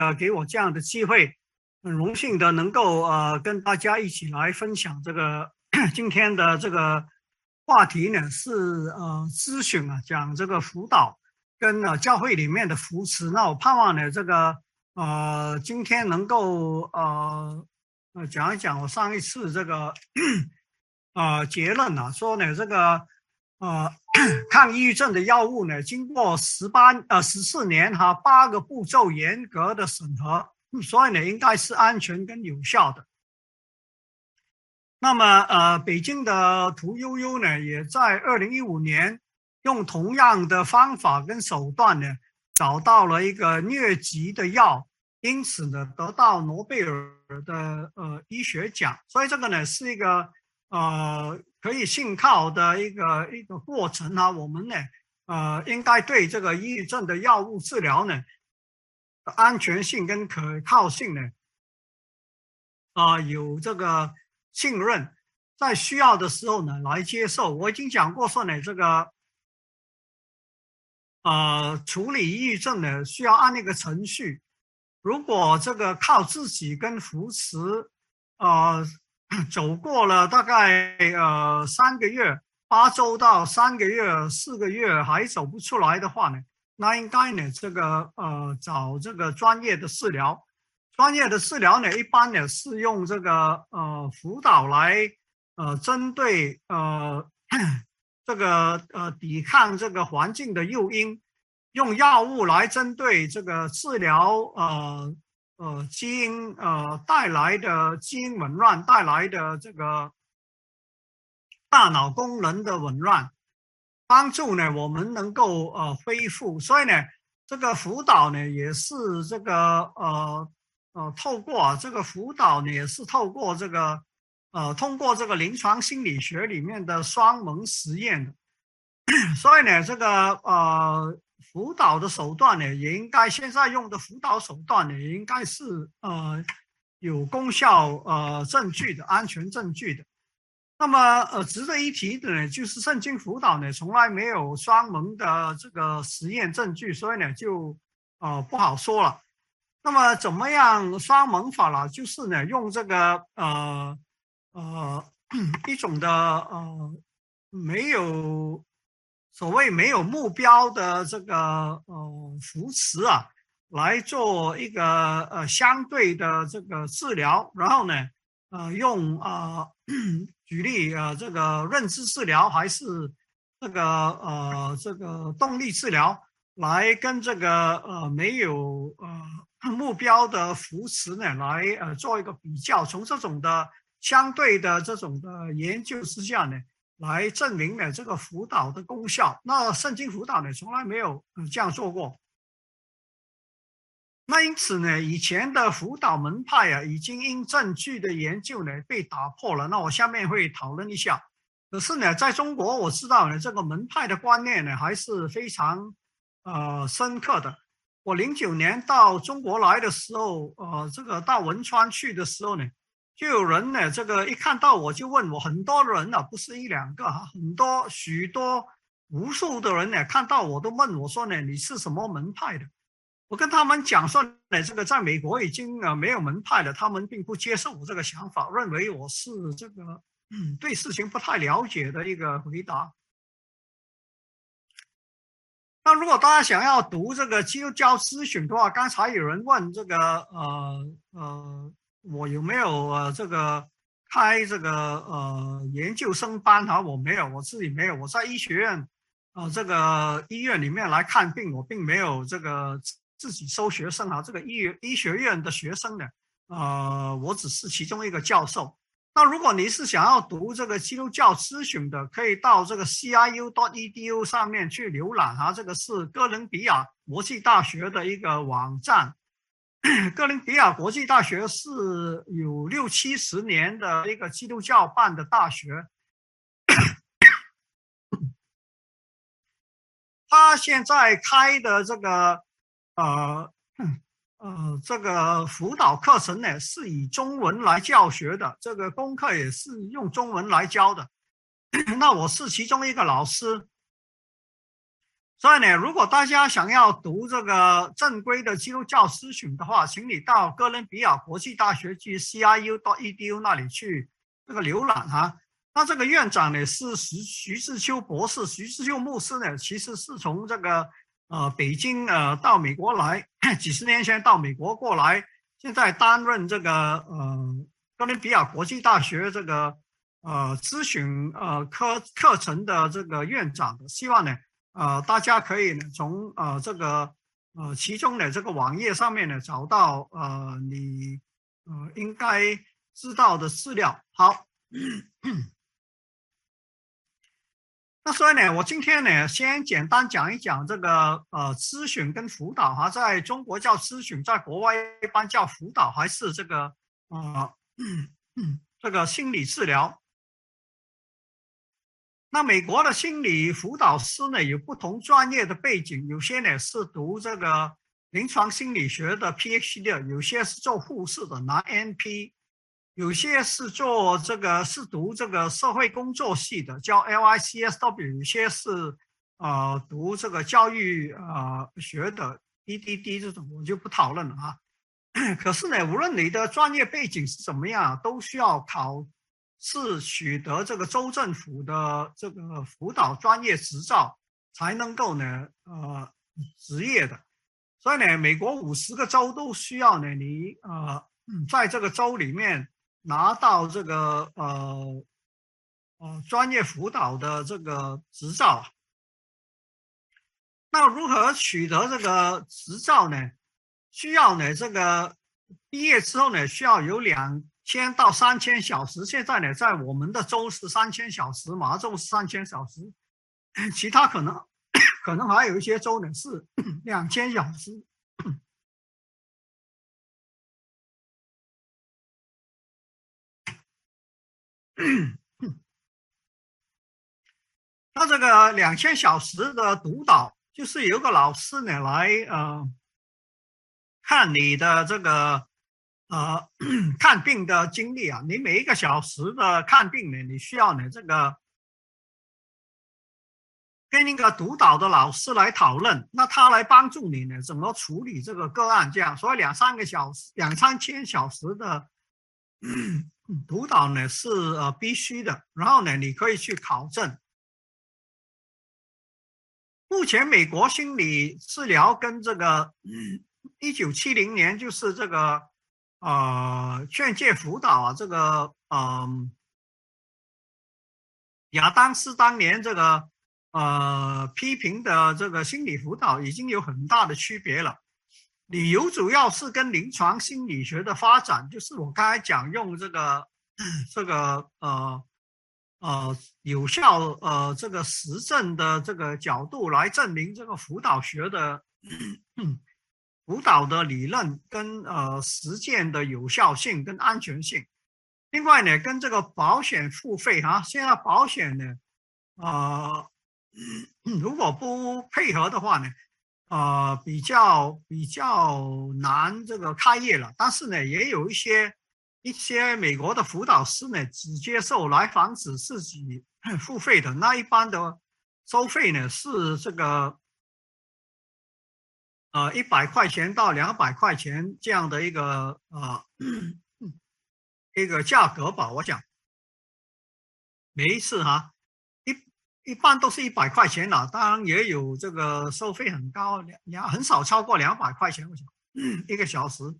给我这样的机会，很荣幸的能够跟大家一起来分享这个今天的这个话题呢是咨询啊，讲这个辅导跟教会里面的扶持。那我盼望呢这个今天能够讲一讲我上一次这个结论啊，说呢这个抗抑郁症的药物呢，经过14年8个步骤严格的审核，所以呢应该是安全跟有效的。那么北京的屠呦呦呢，也在2015年用同样的方法跟手段呢，找到了一个疟疾的药，因此呢得到诺贝尔的医学奖。所以这个呢是一个可以信靠的一个过程啊。我们呢应该对这个抑郁症的药物治疗呢安全性跟可靠性呢有这个信任，在需要的时候呢来接受。我已经讲过说呢，这个处理抑郁症呢需要按那个程序。如果这个靠自己跟扶持走过了大概3个月8周到3个月4个月还走不出来的话呢，那应该呢这个找这个专业的治疗。专业的治疗呢一般呢是用这个辅导来针对这个抵抗这个环境的诱因，用药物来针对这个治疗基因带来的基因紊乱带来的这个大脑功能的紊乱，帮助呢我们能够恢复。所以呢这个辅导呢也是这个透过这个辅导呢也是透过这个通过这个临床心理学里面的双盲实验的。所以呢这个辅导的手段呢也应该，现在用的辅导手段呢也应该是有功效证据的，安全证据的。那么值得一提的呢就是圣经辅导呢从来没有双盲的这个实验证据，所以呢就不好说了。那么怎么样双盲法了？就是呢用这个一种的没有所谓没有目标的这个扶持啊，来做一个相对的这个治疗。然后呢用举例这个认知治疗还是这个动力治疗来跟这个没有目标的扶持呢来做一个比较，从这种的相对的这种的研究之下呢来证明呢这个辅导的功效。那圣经辅导呢从来没有这样做过。那因此呢以前的辅导门派啊已经因证据的研究呢被打破了。那我下面会讨论一下。可是呢在中国我知道呢这个门派的观念呢还是非常深刻的。我09年到中国来的时候这个到汶川去的时候呢，就有人呢这个一看到我就问我，很多人呢不是1、2个很多许多无数的人呢看到我都问我说呢，你是什么门派的？我跟他们讲说呢，这个在美国已经没有门派了，他们并不接受我这个想法，认为我是这个对事情不太了解的一个回答。那如果大家想要读这个基督教咨询的话，刚才有人问这个我有没有这个开这个研究生班我没有，我自己没有。我在医学院这个医院里面来看病，我并没有这个自己收学生这个医学院的学生呢我只是其中一个教授。那如果你是想要读这个基督教咨询的，可以到这个 CIU.edu 上面去浏览这个是哥伦比亚国际大学的一个网站。哥伦比亚国际大学是有60、70年的一个基督教办的大学。他现在开的这个这个辅导课程呢是以中文来教学的，这个功课也是用中文来教的。那我是其中一个老师， 所以呢，如果大家想要读这个正规的基督教咨询的话，请你到哥伦比亚国际大学去 CIU.edu 那里去这个浏览哈。那这个院长呢是徐志秋博士，徐志秋牧师呢其实是从这个北京到美国来，几十年前到美国过来，现在担任这个哥伦比亚国际大学这个咨询课程的这个院长的，希望呢大家可以呢从这个其中的这个网页上面呢找到你应该知道的资料。好。那所以呢，我今天呢，先简单讲一讲这个咨询跟辅导哈，在中国叫咨询，在国外一般叫辅导，还是这个这个心理治疗。那美国的心理辅导师呢，有不同专业的背景，有些呢是读这个临床心理学的 PhD 的，有些是做护士的拿 NP。有些是做这个是读这个社会工作系的，叫 LICSW， 有些是读这个教育学的 EDD 这种，我就不讨论了啊。可是呢，无论你的专业背景是怎么样，都需要考试取得这个州政府的这个辅导专业执照，才能够呢执业的。所以呢，美国50个州都需要呢你在这个州里面拿到这个专业辅导的这个执照。那如何取得这个执照呢？需要呢这个毕业之后呢，需要有2000到3000小时。现在呢，在我们的州是3000小时，马州是3000小时，其他可能还有一些州呢是2000小时。那这个2000小时的督导，就是有个老师呢来看你的这个看病的经历啊。你每一个小时的看病呢，你需要呢这个跟一个督导的老师来讨论，那他来帮助你呢怎么处理这个个案，这样。所以2-3千小时的督导呢是必须的，然后呢你可以去考证。目前美国心理治疗跟这个1970年就是这个劝诫辅导啊，这个亚当斯当年这个批评的这个心理辅导已经有很大的区别了。理由主要是跟临床心理学的发展，就是我刚才讲用这个有效这个实证的这个角度来证明这个辅导学的辅导的理论跟实践的有效性跟安全性。另外呢，跟这个保险付费现在保险呢如果不配合的话呢比较难这个开业了。但是呢，也有一些美国的辅导师呢只接受来访者自己付费的。那一般的收费呢是这个100块钱到200块钱这样的一个一个价格吧。我想每一次一般都是100块钱了，当然也有这个收费很高，很少超过200块钱，我想1个小时。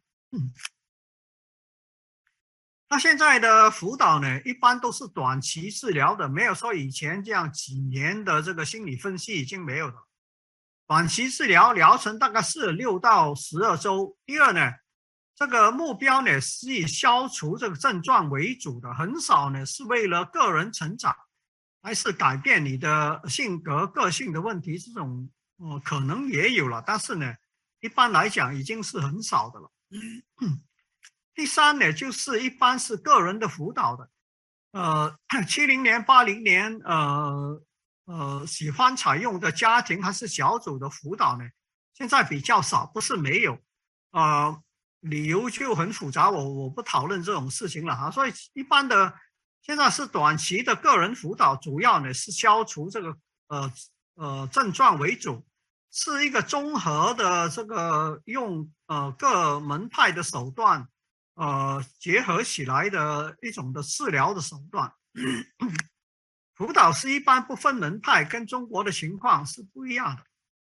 那现在的辅导呢，一般都是短期治疗的，没有说以前这样几年的这个心理分析已经没有了。短期治疗疗程大概是6到12周。第二呢，这个目标呢是以消除这个症状为主的，很少呢是为了个人成长，还是改变你的性格个性的问题，这种可能也有了，但是呢一般来讲已经是很少的了。第三呢，就是一般是个人的辅导的，70年80年喜欢采用的家庭还是小组的辅导呢，现在比较少，不是没有，理由就很复杂，我不讨论这种事情了所以一般的现在是短期的个人辅导，主要呢是消除这个症状为主。 是一个综合的这个用各门派的手段结合起来的一种的治疗的手段。辅导师一般不分门派，跟中国的情况是不一样的。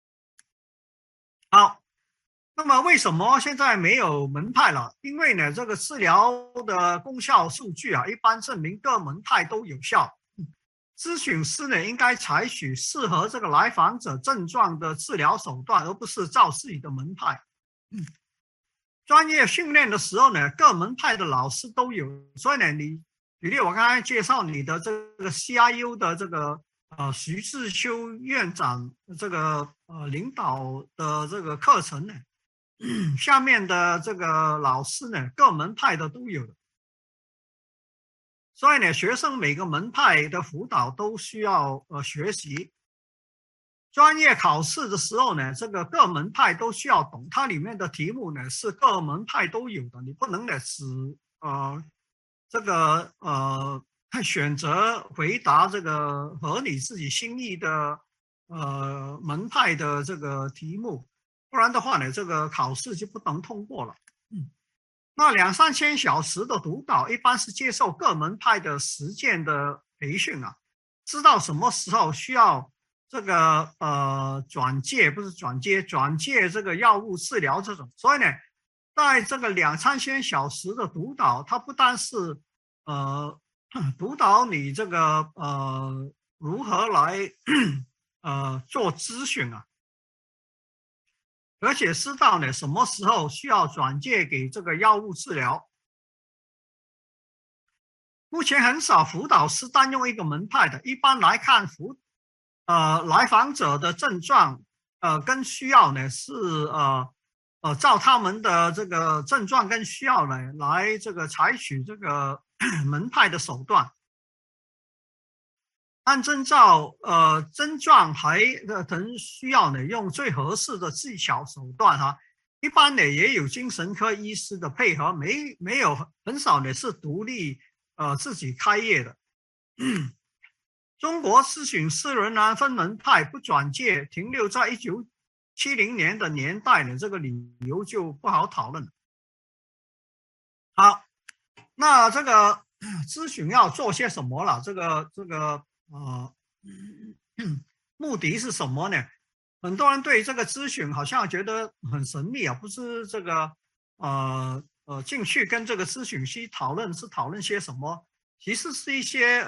好，那么为什么现在没有门派了？因为呢，这个治疗的功效数据啊，一般证明各门派都有效。咨询师呢，应该采取适合这个来访者症状的治疗手段，而不是照自己的门派。专业训练的时候呢，各门派的老师都有，所以呢，你举例我刚才介绍你的这个 CIU 的这个徐志秋院长这个领导的这个课程呢，下面的这个老师呢，各门派的都有的。所以呢，学生每个门派的辅导都需要学习。专业考试的时候呢，这个各门派都需要懂，它里面的题目呢是各门派都有的，你不能呢只选择回答这个合你自己心意的门派的这个题目，不然的话呢，这个考试就不能通过了。那2-3千小时的督导一般是接受各门派的实践的培训啊，知道什么时候需要这个转介这个药物治疗这种。所以呢，在这个2-3千小时的督导，它不单是督导你这个如何来做咨询啊，而且知道呢什么时候需要转介给这个药物治疗。目前很少辅导师单用一个门派的，一般来看来访者的症状跟需要呢是照他们的这个症状跟需要呢来这个采取这个门派的手段。按征兆症状还等需要呢用最合适的技巧手段哈。一般呢也有精神科医师的配合，没有很少呢是独立自己开业的。中国咨询师仍然分门派不转介，停留在1970年的年代呢，这个理由就不好讨论了。好，那这个咨询要做些什么了？这个目的是什么呢？很多人对这个咨询好像觉得很神秘啊，不是这个进去跟这个咨询师讨论是讨论些什么？其实是一些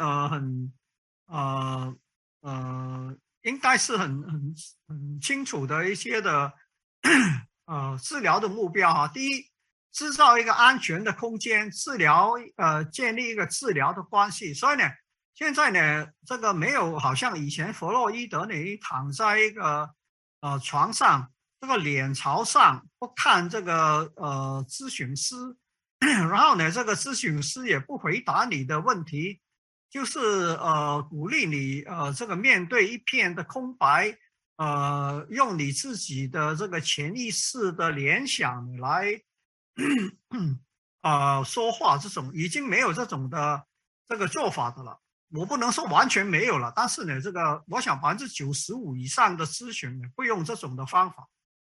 应该是很清楚的一些的治疗的目标哈。第一，制造一个安全的空间，建立一个治疗的关系。所以呢，现在呢，这个没有好像以前弗洛伊德你躺在一个床上，这个脸朝上，不看这个咨询师，然后呢，这个咨询师也不回答你的问题，就是鼓励你这个面对一片的空白，用你自己的这个潜意识的联想来说话，这种已经没有这种的这个做法的了。我不能说完全没有了，但是呢，这个我想95%以上的咨询呢，不用这种的方法，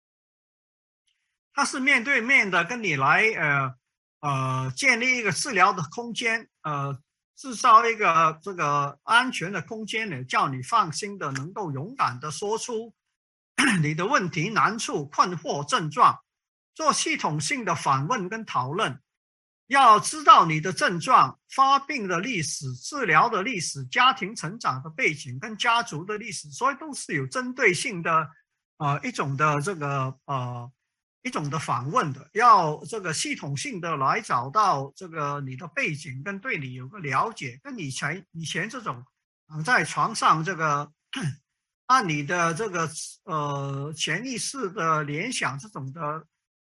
他是面对面的跟你来建立一个治疗的空间，制造一个这个安全的空间呢，叫你放心的能够勇敢的说出你的问题、难处、困惑、症状，做系统性的反问跟讨论。要知道你的症状、发病的历史、治疗的历史、家庭成长的背景跟家族的历史，所以都是有针对性的一种的这个一种的访问的，要这个系统性的来找到这个你的背景跟对你有个了解，跟以前这种在床上这个按你的这个潜意识的联想这种的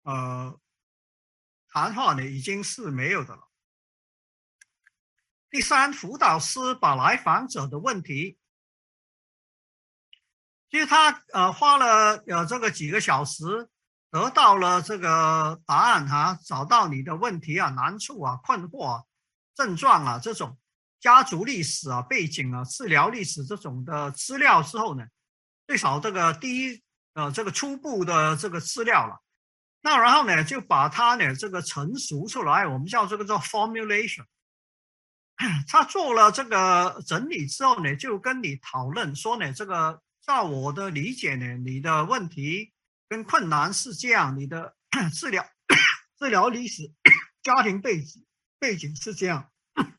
谈话呢，已经是没有的了。第三，辅导师把来访者的问题，其实他花了这个几个小时，得到了这个答案哈，找到你的问题啊、难处啊、困惑啊、症状啊这种家族历史啊、背景啊、治疗历史这种的资料之后呢，最少这个第一这个初步的这个资料了。那然后呢，就把它呢这个成熟出来，我们叫这个做 formulation。他做了这个整理之后呢，就跟你讨论说呢，这个照我的理解呢，你的问题跟困难是这样，你的治疗历史、家庭背景是这样，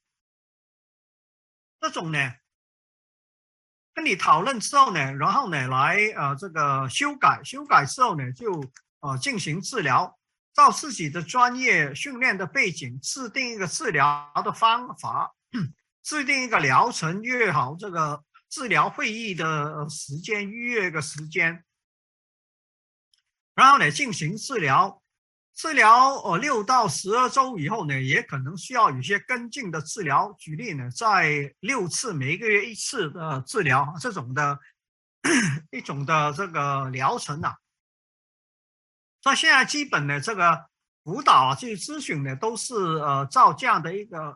这种呢，跟你讨论之后呢，然后呢来这个修改之后呢，就进行治疗，照自己的专业训练的背景制定一个治疗的方法，制定一个疗程，约好这个治疗会议的时间，预约一个时间，然后呢进行治疗。6到12周以后呢，也可能需要有些跟进的治疗。举例呢，在6次每个月1次的治疗，这种的一种的这个疗程啊。所以现在基本的这个辅导啊，去咨询呢，都是照这样的一个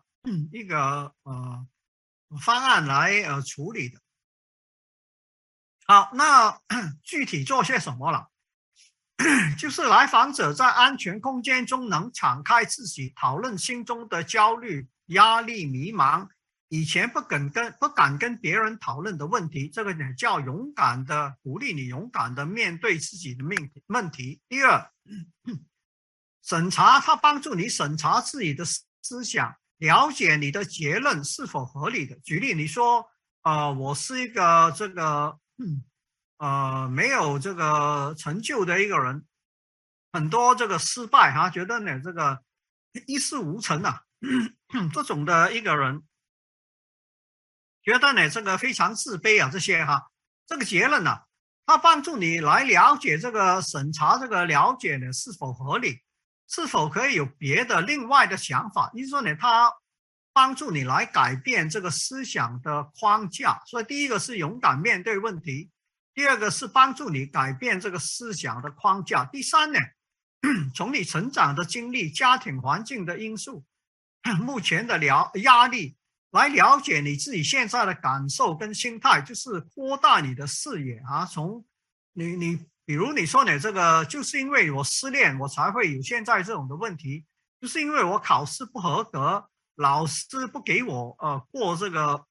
方案来处理的。好，那具体做些什么了？就是来访者在安全空间中能敞开自己，讨论心中的焦虑、压力、迷茫，以前不敢跟别人讨论的问题，这个呢叫勇敢的，鼓励你勇敢的面对自己的问题。第二，审查，它帮助你审查自己的思想，了解你的结论是否合理的。举例，你说，我是一个这个没有这个成就的一个人，很多这个失败哈，觉得呢这个一事无成啊，这种的一个人，觉得呢这个非常自卑啊，这些哈，这个结论呢，它帮助你来了解这个审查这个了解呢是否合理，是否可以有别的另外的想法，意思说呢，它帮助你来改变这个思想的框架。所以第一个是勇敢面对问题。第二个是帮助你改变这个思想的框架。第三呢，从你成长的经历、家庭环境的因素、目前的压力，来了解你自己现在的感受跟心态，就是扩大你的视野啊。从你比如你说你这个就是因为我失恋，我才会有现在这种的问题，就是因为我考试不合格，老师不给我过这个。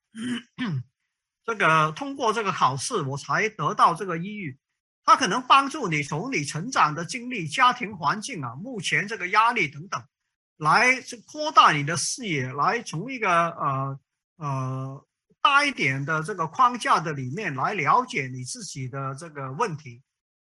通过这个考试，我才得到这个抑郁。它可能帮助你从你成长的经历、家庭环境啊、目前这个压力等等，来扩大你的视野，来从一个大一点的这个框架的里面来了解你自己的这个问题。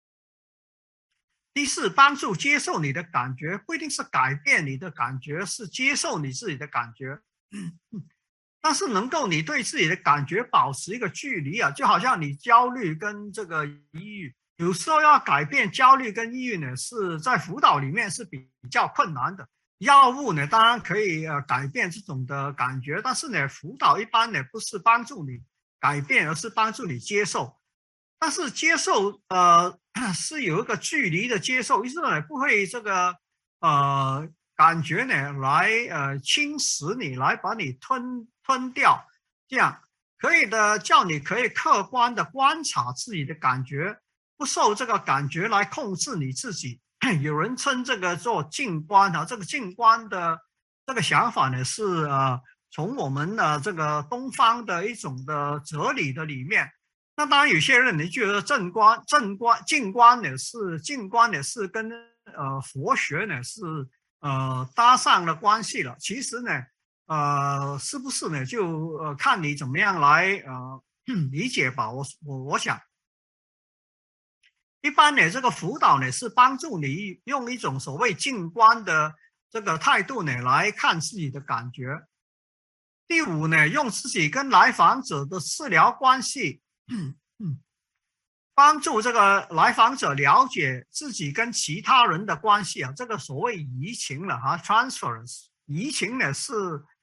第四，帮助接受你的感觉，不一定是改变你的感觉，是接受你自己的感觉。但是能够你对自己的感觉保持一个距离啊，就好像你焦虑跟这个抑郁，有时候要改变焦虑跟抑郁呢，是在辅导里面是比较困难的。药物呢，当然可以改变这种的感觉，但是呢，辅导一般呢不是帮助你改变，而是帮助你接受。但是接受是有一个距离的接受，意思呢不会这个感觉呢来侵蚀你，来把你吞掉，这样可以的，叫你可以客观的观察自己的感觉，不受这个感觉来控制你自己。有人称这个做静观啊，这个静观的这个想法呢是从我们的这个东方的一种的哲理的里面。那当然有些人你觉得静观呢是跟佛学呢是搭上了关系了。其实呢是不是呢就看你怎么样来理解吧。我想一般呢这个辅导呢是帮助你用一种所谓静观的这个态度呢来看自己的感觉。第五呢，用自己跟来访者的治疗关系帮助这个来访者了解自己跟其他人的关系啊，这个所谓移情了哈 ，transference。移情呢是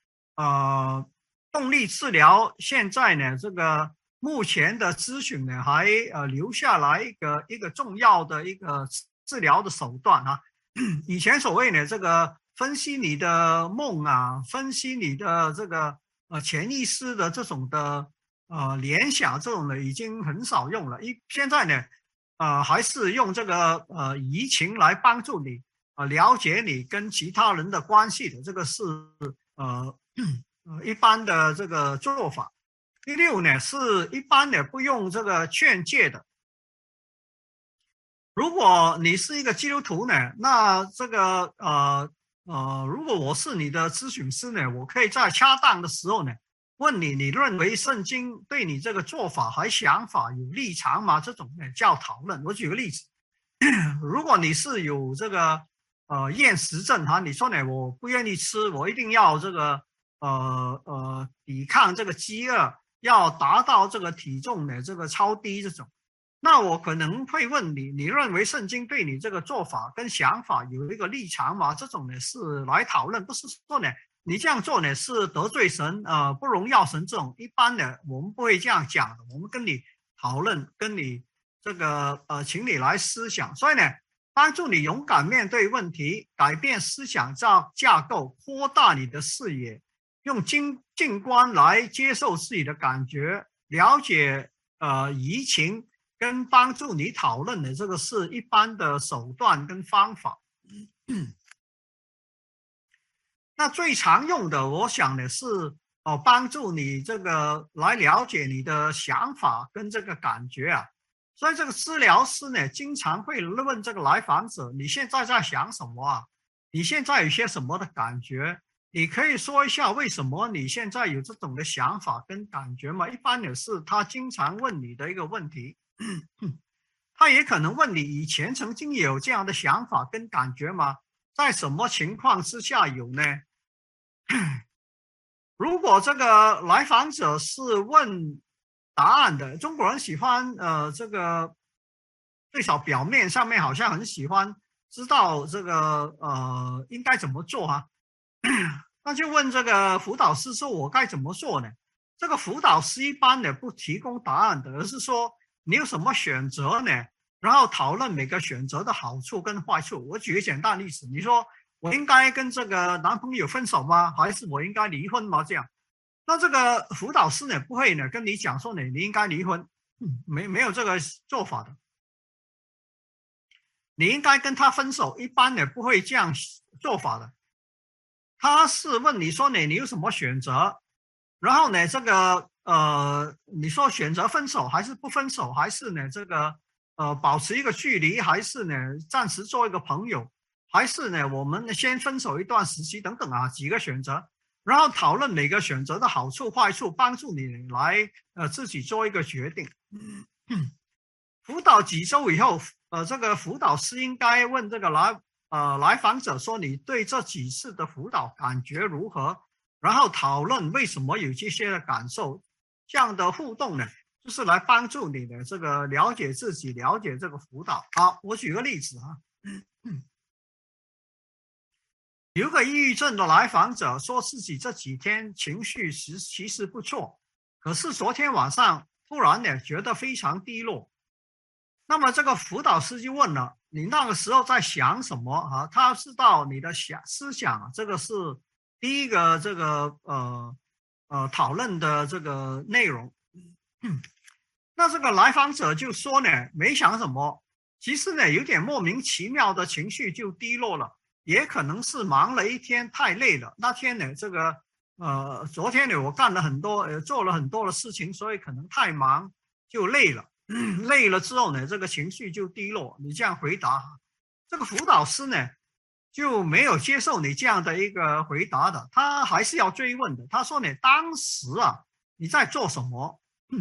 动力治疗现在呢这个目前的咨询呢还留下来一个重要的一个治疗的手段啊。以前所谓呢这个分析你的梦啊，分析你的这个潜意识的这种的联想，这种的已经很少用了。现在呢还是用这个移情来帮助你了解你跟其他人的关系的，这个是一般的这个做法。第六呢，是一般的不用这个劝诫的。如果你是一个基督徒呢，那这个如果我是你的咨询师呢，我可以在恰当的时候呢问你，你认为圣经对你这个做法还想法有立场吗？这种呢叫讨论。我举个例子，如果你是有这个厌食症哈，你说呢我不愿意吃，我一定要这个抵抗这个饥饿，要达到这个体重的这个超低这种。那我可能会问你，你认为圣经对你这个做法跟想法有一个立场吗？这种呢是来讨论，不是说呢你这样做呢是得罪神，不荣耀神这种。一般的我们不会这样讲的，我们跟你讨论，跟你这个请你来思想。所以呢，帮助你勇敢面对问题，改变思想架构，扩大你的视野，用静观来接受自己的感觉，了解移情。跟帮助你讨论的这个是一般的手段跟方法。那最常用的，我想的是帮助你这个来了解你的想法跟这个感觉啊。所以这个治疗师呢，经常会问这个来访者，你现在在想什么啊？你现在有些什么的感觉？你可以说一下为什么你现在有这种的想法跟感觉吗？一般也是他经常问你的一个问题。他也可能问你以前曾经有这样的想法跟感觉吗？在什么情况之下有呢？如果这个来访者是问答案的，中国人喜欢这个最少表面上面好像很喜欢知道这个应该怎么做啊。那就问这个辅导师说我该怎么做呢？这个辅导师一般的不提供答案的，而是说你有什么选择呢？然后讨论每个选择的好处跟坏处。我举个简单例子，你说我应该跟这个男朋友分手吗？还是我应该离婚吗？这样，那这个辅导师呢不会呢跟你讲说你应该离婚，没有这个做法的。你应该跟他分手，一般呢不会这样做法的。他是问你说你有什么选择，然后呢这个你说选择分手还是不分手，还是呢这个保持一个距离，还是呢暂时做一个朋友，还是呢我们先分手一段时期等等啊，几个选择，然后讨论每个选择的好处坏处，帮助你来自己做一个决定。辅导几周以后，这个辅导师应该问这个来访者说你对这几次的辅导感觉如何，然后讨论为什么有这些的感受。这样的互动呢就是来帮助你的这个了解自己，了解这个辅导。好，我举个例子啊，有个抑郁症的来访者说自己这几天情绪其实不错，可是昨天晚上突然呢觉得非常低落。那么这个辅导师就问了，你那个时候在想什么啊？他知道你的思想，这个是第一个这个讨论的这个内容。那这个来访者就说呢，没想什么，其实呢有点莫名其妙的情绪就低落了，也可能是忙了一天太累了。那天呢这个昨天呢我干了很多做了很多的事情，所以可能太忙就累了。累了之后呢这个情绪就低落。你这样回答，这个辅导师呢就没有接受你这样的一个回答的，他还是要追问的。他说你当时啊你在做什么？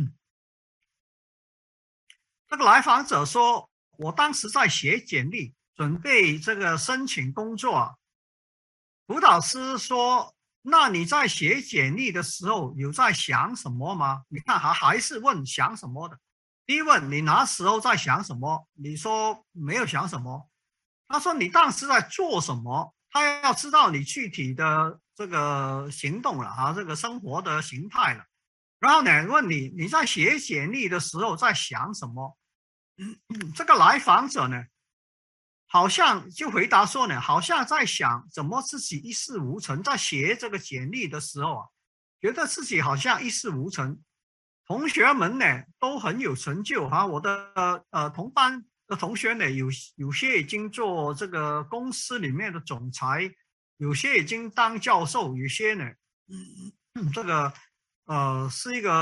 这个来访者说我当时在写简历，准备这个申请工作。辅导师说那你在写简历的时候有在想什么吗？你看还是问想什么的。第一问你那时候在想什么？你说没有想什么。他说你当时在做什么？他要知道你具体的这个行动了啊，这个生活的形态了。然后呢问你在写简历的时候在想什么？这个来访者呢好像就回答说呢，好像在想怎么自己一事无成，在写这个简历的时候啊，觉得自己好像一事无成。 同学们呢都很有成就哈，我的同班的同学呢有些已经做这个公司里面的总裁，有些已经当教授，有些呢这个是一个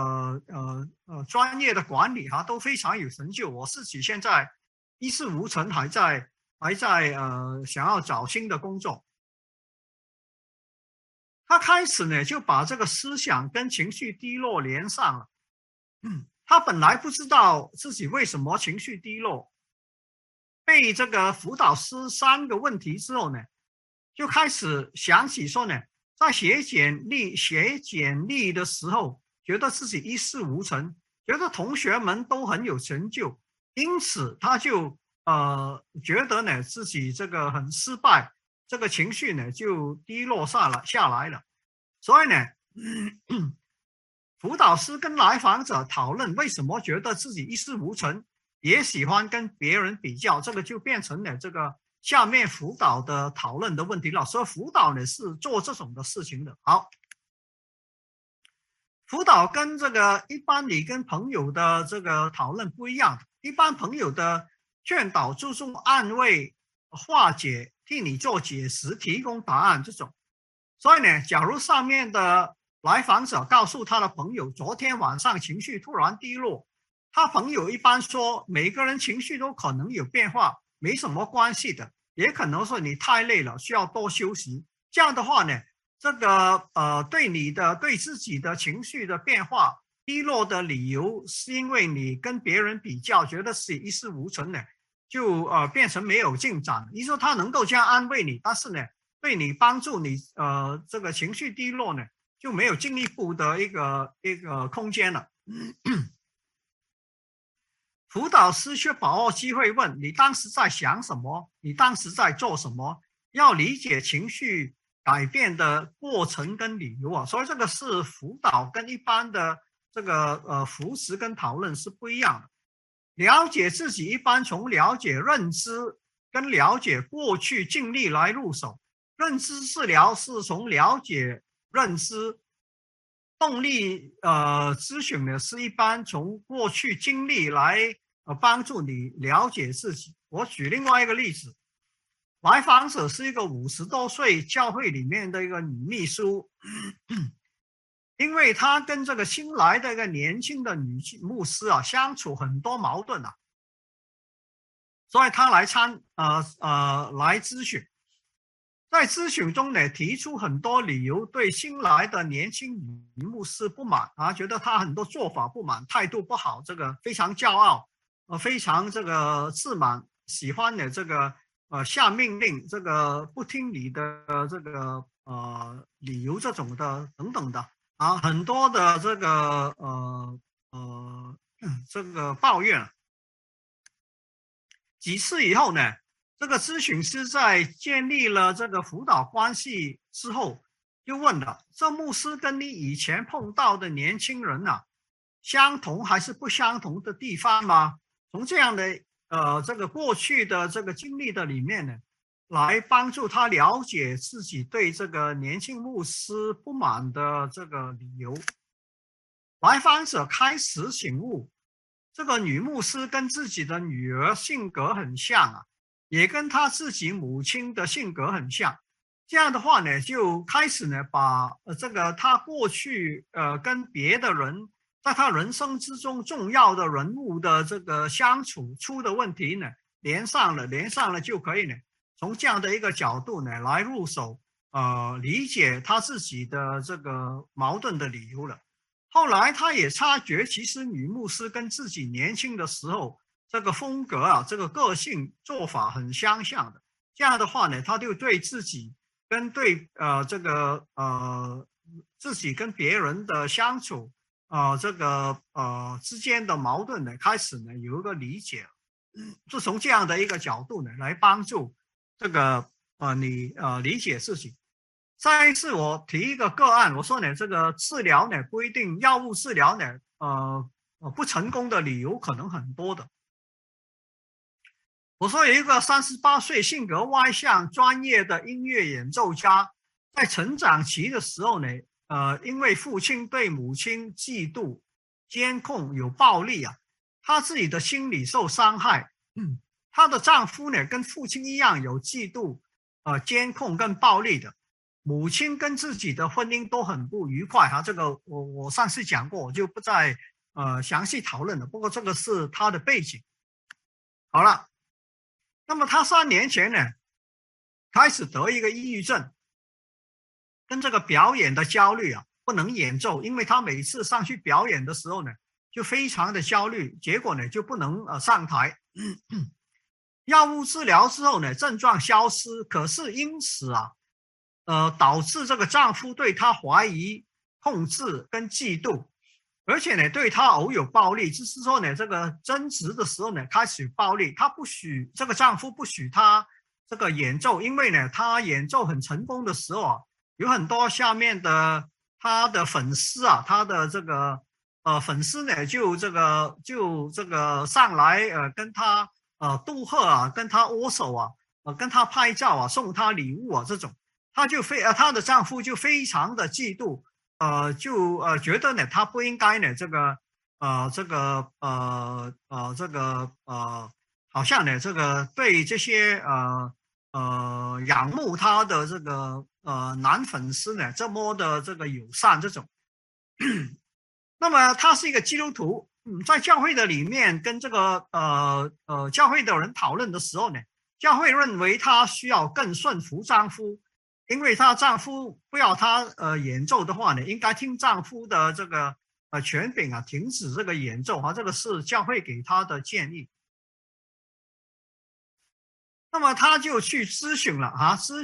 专业的管理哈，都非常有成就。我自己现在一事无成，还在想要找新的工作。他开始呢就把这个思想跟情绪低落连上了。他本来不知道自己为什么情绪低落，被这个辅导师3个问题之后呢，就开始想起说呢，在写简历的时候，觉得自己一事无成，觉得同学们都很有成就，因此他就觉得呢自己这个很失败，这个情绪呢就低落下来了。所以呢，辅导师跟来访者讨论为什么觉得自己一事无成，也喜欢跟别人比较，这个就变成了这个下面辅导的讨论的问题了。所以辅导呢是做这种的事情的。好，辅导跟这个一般你跟朋友的这个讨论不一样，一般朋友的劝导注重安慰、化解、替你做解释、提供答案这种。所以呢，假如上面的来访者告诉他的朋友昨天晚上情绪突然低落，他朋友一般说每个人情绪都可能有变化，没什么关系的，也可能说你太累了需要多休息。这样的话呢，这个对自己的情绪的变化低落的理由是因为你跟别人比较觉得是一事无成的，就变成没有进展。你说他能够这样安慰你，但是呢对你帮助你这个情绪低落呢就没有进一步的一个空间了。辅导师却把握机会问你当时在想什么，你当时在做什么，要理解情绪改变的过程跟理由啊。所以这个是辅导跟一般的这个扶持跟讨论是不一样的。了解自己一般从了解认知跟了解过去经历来入手。认知治疗是从了解认知，动力咨询呢是一般从过去经历来帮助你了解自己。我举另外一个例子，来访者是一个50多岁教会里面的一个女秘书，因为她跟这个新来的一个年轻的女牧师啊相处很多矛盾啊，所以她来咨询。在咨询中呢，提出很多理由，对新来的年轻女牧师不满啊，觉得她很多做法不满，态度不好，这个非常骄傲，非常这个自满，喜欢的这个下命令，这个不听你的这个理由这种的等等的啊，很多的这个这个抱怨。几次以后呢，这个咨询师在建立了这个辅导关系之后，就问了：这牧师跟你以前碰到的年轻人啊，相同还是不相同的地方吗？从这样的这个过去的这个经历的里面呢，来帮助他了解自己对这个年轻牧师不满的这个理由。来访者开始醒悟，这个女牧师跟自己的女儿性格很像啊。也跟他自己母亲的性格很像，这样的话呢，就开始呢把这个他过去跟别的人在他人生之中重要的人物的这个相处出的问题呢连上了就可以呢从这样的一个角度呢来入手理解他自己的这个矛盾的理由了。后来他也察觉，其实女牧师跟自己年轻的时候这个风格啊，这个个性做法很相像的。这样的话呢，他就对自己跟自己跟别人的相处之间的矛盾呢，开始呢有一个理解，就从这样的一个角度呢来帮助这个你理解自己。上一次我提一个个案，我说呢，这个治疗呢不一定，药物治疗呢不成功的理由可能很多的。我说有一个38岁性格外向专业的音乐演奏家，在成长期的时候呢因为父亲对母亲嫉妒， 监控、有暴力啊，她自己的心理受伤害。她的丈夫呢跟父亲一样有嫉妒、监控跟暴力的。母亲跟自己的婚姻都很不愉快哈，这个我上次讲过，我就不再详细讨论了。不过这个是她的背景。好了，那么她3年前呢开始得一个抑郁症，跟这个表演的焦虑啊，不能演奏，因为她每次上去表演的时候呢就非常的焦虑，结果呢就不能上台。药物治疗之后呢症状消失，可是因此啊导致这个丈夫对她怀疑、控制跟嫉妒，而且呢对她偶有暴力，就是说呢这个争执的时候呢开始有暴力。她不许这个丈夫不许她这个演奏，因为呢她演奏很成功的时候啊，有很多下面的她的粉丝啊，她的这个粉丝呢就这个上来跟她祝贺啊，跟她握手啊，跟她拍照啊，送她礼物啊，这种。她的丈夫就非常的嫉妒，觉得呢她不应该呢好像呢这个对这些仰慕她的这个男粉丝呢这么的这个友善这种。那么他是一个基督徒，在教会的里面跟这个教会的人讨论的时候呢，教会认为她需要更顺服丈夫。因为她丈夫不要她演奏的话呢，应该听丈夫的这个权柄啊，停止这个演奏啊，这个是教会给她的建议。那么她就去咨询了啊，咨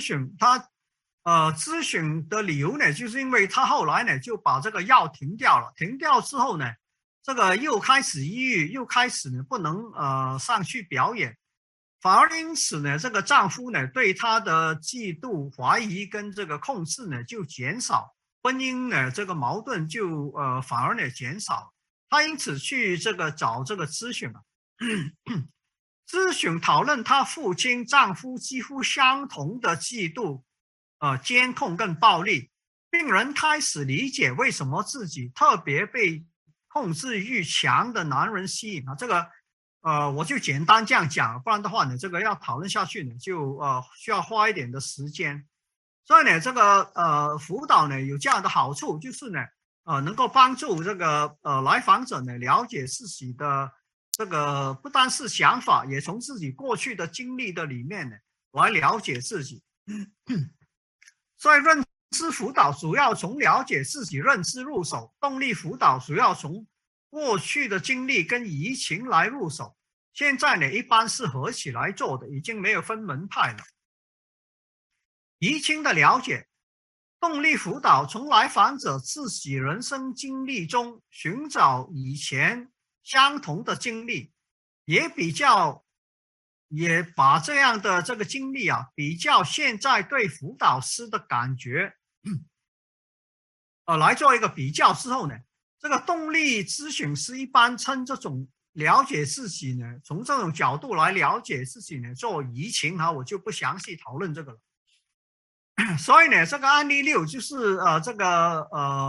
询的理由呢，就是因为她后来呢就把这个药停掉了，停掉之后呢，这个又开始抑郁，又开始呢不能上去表演。反而因此呢，这个丈夫呢对她的嫉妒、怀疑跟这个控制呢就减少，婚姻呢这个矛盾就反而呢减少。她因此去这个找这个咨询了，咨询讨论她父亲、丈夫几乎相同的嫉妒、监控跟暴力。病人开始理解为什么自己特别被控制欲强的男人吸引啊，这个。我就简单这样讲，不然的话呢，这个要讨论下去呢，就需要花一点的时间。所以呢，这个辅导呢有这样的好处，就是呢，能够帮助这个来访者呢了解自己的这个不单是想法，也从自己过去的经历的里面呢来了解自己。所以认知辅导主要从了解自己认知入手，动力辅导主要从过去的经历跟移情来入手，现在呢一般是合起来做的，已经没有分门派了。移情的了解，动力辅导从来访者自己人生经历中寻找以前相同的经历，也把这样的这个经历啊比较现在对辅导师的感觉，来做一个比较之后呢，这个动力咨询师一般称这种了解自己呢，从这种角度来了解自己呢，做移情哈，我就不详细讨论这个了。所以呢，这个案例6就是这个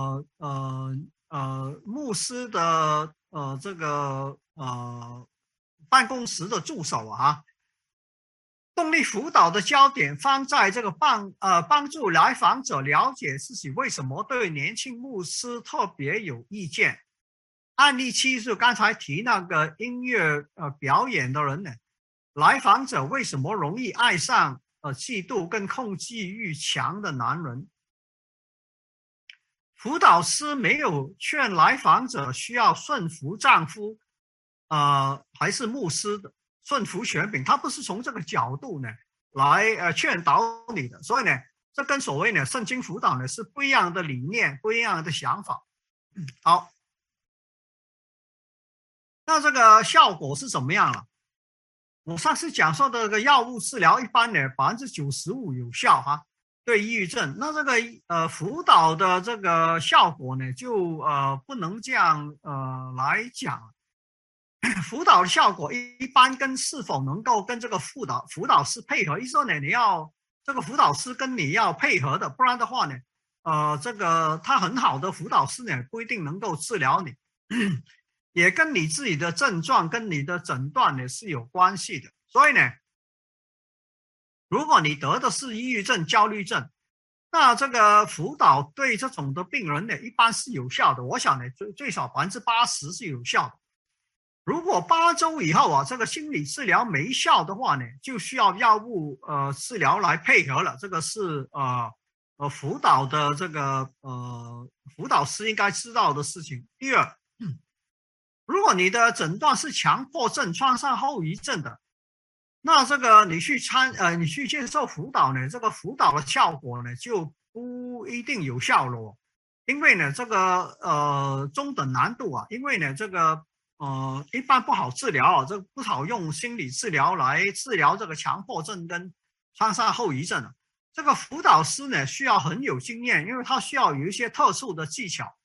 牧师的这个办公室的助手啊。动力辅导的焦点放在这个帮助来访者了解自己为什么对年轻牧师特别有意见。案例7是刚才提那个音乐表演的人呢，来访者为什么容易爱上嫉妒跟控制欲强的男人。辅导师没有劝来访者需要顺服丈夫还是牧师的顺服权柄，他不是从这个角度呢来劝导你的。所以呢，这跟所谓呢圣经辅导呢是不一样的理念，不一样的想法。好，那这个效果是怎么样了？我上次讲说的这个药物治疗一般呢95%有效哈，对抑郁症。那这个辅导的这个效果呢就不能这样来讲。辅导的效果一般跟是否能够跟这个辅导师配合，意思说呢，你要这个辅导师跟你要配合的，不然的话呢，这个他很好的辅导师呢不一定能够治疗你。 也跟你自己的症状跟你的诊断呢是有关系的。所以呢，如果你得的是抑郁症、焦虑症，那这个辅导对这种的病人呢，一般是有效的。我想呢，最少80%是有效的。如果8周以后啊，这个心理治疗没效的话呢，就需要药物治疗来配合了。这个是辅导的这个辅导师应该知道的事情。第二，如果你的诊断是强迫症、创伤后遗症的，那这个你去接受辅导呢，这个辅导的效果呢就不一定有效了。因为呢这个中等难度啊，因为呢这个一般不好治疗啊，这不好用心理治疗来治疗这个强迫症跟创伤后遗症。这个辅导师呢需要很有经验，因为他需要有一些特殊的技巧。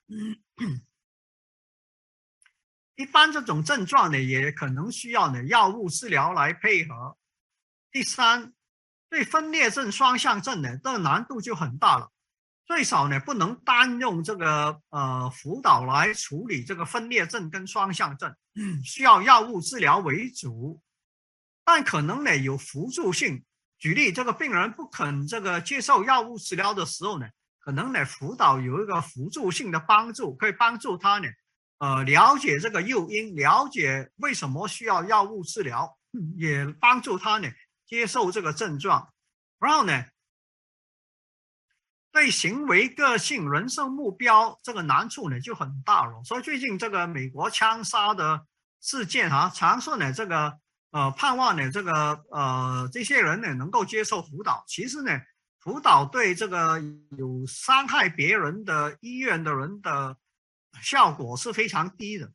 一般这种症状呢，也可能需要呢药物治疗来配合。第三，对分裂症、双向症呢，这个难度就很大了。最少呢不能单用这个辅导来处理这个分裂症跟双向症，需要药物治疗为主，但可能呢有辅助性。举例，这个病人不肯这个接受药物治疗的时候呢，可能呢辅导有一个辅助性的帮助，可以帮助他呢了解这个诱因，了解为什么需要药物治疗，也帮助他呢接受这个症状。然后呢，对行为、个性、人生目标这个难处呢就很大了。所以最近这个美国枪杀的事件啊，常说呢这个盼望呢这个这些人呢能够接受辅导。其实呢，辅导对这个有伤害别人的意愿的人的效果是非常低的。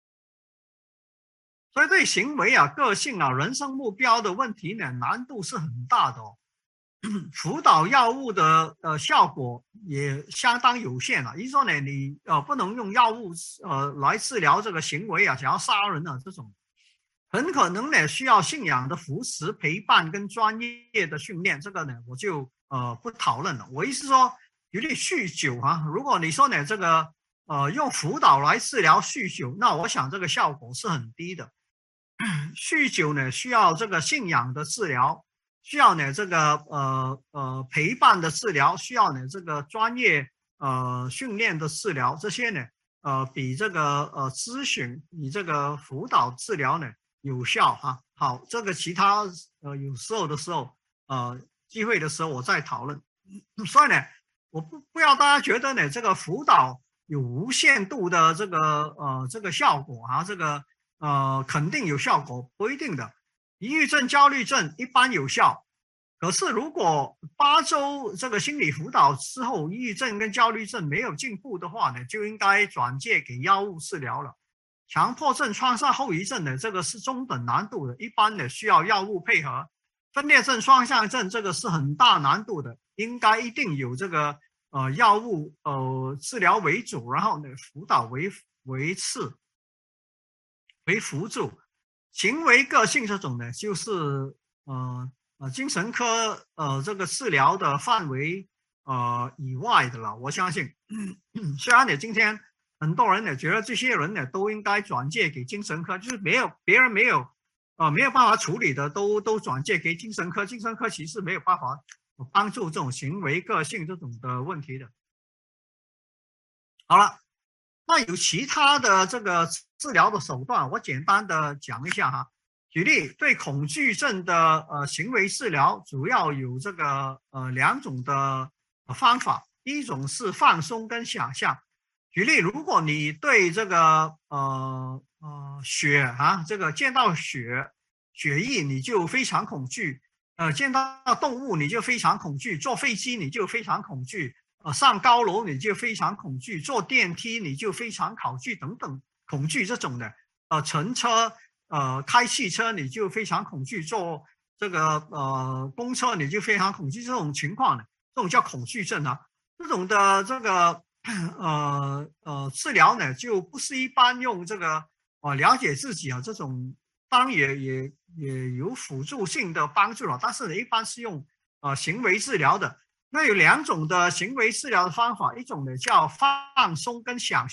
所以对行为啊、个性啊、人生目标的问题呢，难度是很大的哦。辅导药物的效果也相当有限了。意思说呢，你不能用药物来治疗这个行为啊，想要杀人啊这种，很可能呢需要信仰的扶持、陪伴跟专业的训练。这个呢我就不讨论了。我意思说，有点酗酒啊，如果你说呢这个用辅导来治疗酗酒，那我想这个效果是很低的。酗酒呢需要这个信仰的治疗。需要呢这个陪伴的治疗，需要呢这个专业训练的治疗，这些呢比这个咨询比这个辅导治疗呢有效啊。好，这个其他有时候的时候机会的时候我再讨论。所以呢，我不要大家觉得呢这个辅导有无限度的这个效果啊，这个肯定有效果，不一定的。抑郁症、焦虑症一般有效，可是如果8周这个心理辅导之后，抑郁症跟焦虑症没有进步的话呢，就应该转介给药物治疗了。强迫症、创伤后遗症呢，这个是中等难度的，一般的需要药物配合。分裂症、双向症这个是很大难度的，应该一定有这个药物治疗为主，然后呢辅导为次为辅助。行为个性这种呢，就是精神科这个治疗的范围以外的了。我相信，虽然呢今天很多人呢觉得这些人呢都应该转介给精神科，就是别人没有办法处理的都转介给精神科，精神科其实没有办法帮助这种行为个性这种的问题的。好了。那有其他的这个治疗的手段，我简单的讲一下哈。举例，对恐惧症的行为治疗，主要有这个2种的方法。第一种是放松跟想象。举例，如果你对这个血啊，这个见到血液你就非常恐惧，见到动物你就非常恐惧，坐飞机你就非常恐惧。上高楼你就非常恐惧，坐电梯你就非常恐惧等等恐惧这种的，乘车开汽车你就非常恐惧，坐这个公车你就非常恐惧，这种情况呢，这种叫恐惧症啊。这种的这个治疗呢，就不是一般用这个了解自己啊这种，当然也有辅助性的帮助了，但是呢一般是用行为治疗的。那有2种的行为治疗的方法，一种呢叫放松跟想象，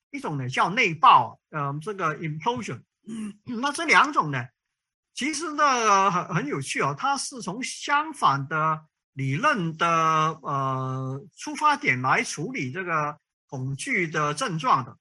一种呢叫内爆，这个 implosion。那这两种呢，其实呢很有趣哦，它是从相反的理论的出发点来处理这个恐惧的症状的。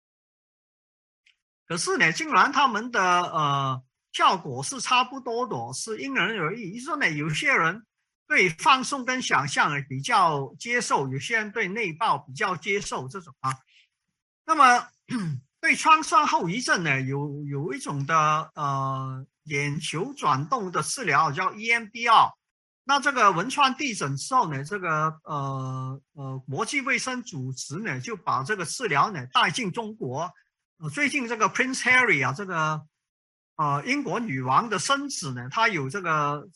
可是呢，竟然他们的效果是差不多的，是因人而异。意思说呢，有些人对放松跟想象呢比较接受，有些人对内爆比较接受这种啊。那么对创伤后遗症呢，有一种的眼球转动的治疗叫 EMDR。那这个汶川地震之后呢，这个国际卫生组织呢就把这个治疗呢带进中国。最近这个 Prince Harry 啊，这个英国女王的孙子呢，他有这个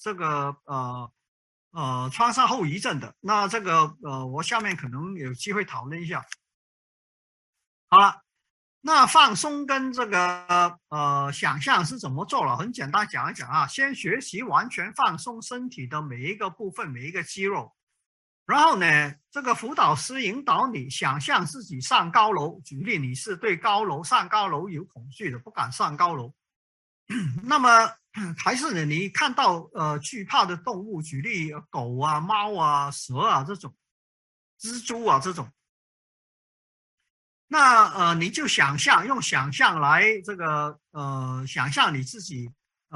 创伤后遗症的。那这个我下面可能有机会讨论一下。好了，那放松跟这个想象是怎么做了？很简单讲一讲啊，先学习完全放松身体的每一个部分、每一个肌肉。然后呢，这个辅导师引导你想象自己上高楼，举例你是对上高楼有恐惧的，不敢上高楼。那么还是呢，你看到惧怕的动物，举例狗啊、猫啊、蛇啊这种，蜘蛛啊这种。那你就用想象来这个想象你自己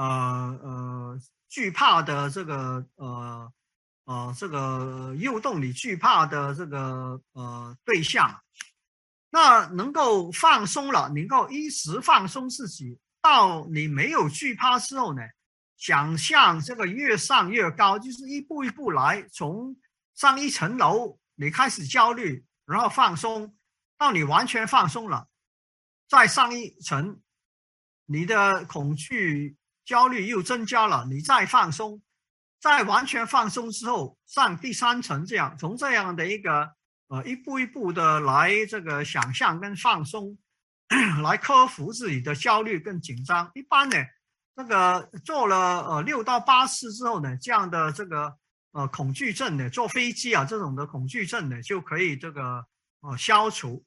惧怕的这个这个诱动你惧怕的这个对象，那能够放松了，能够一时放松自己，到你没有惧怕之后呢，想象这个越上越高，就是一步一步来，从上一层楼你开始焦虑，然后放松，到你完全放松了，再上一层，你的恐惧焦虑又增加了，你再放松。在完全放松之后，上第三层，这样从这样的一个一步一步的来这个想象跟放松，来克服自己的焦虑跟紧张。一般呢，这个做了6到8次之后呢，这样的这个恐惧症呢，坐飞机啊这种的恐惧症呢就可以这个消除。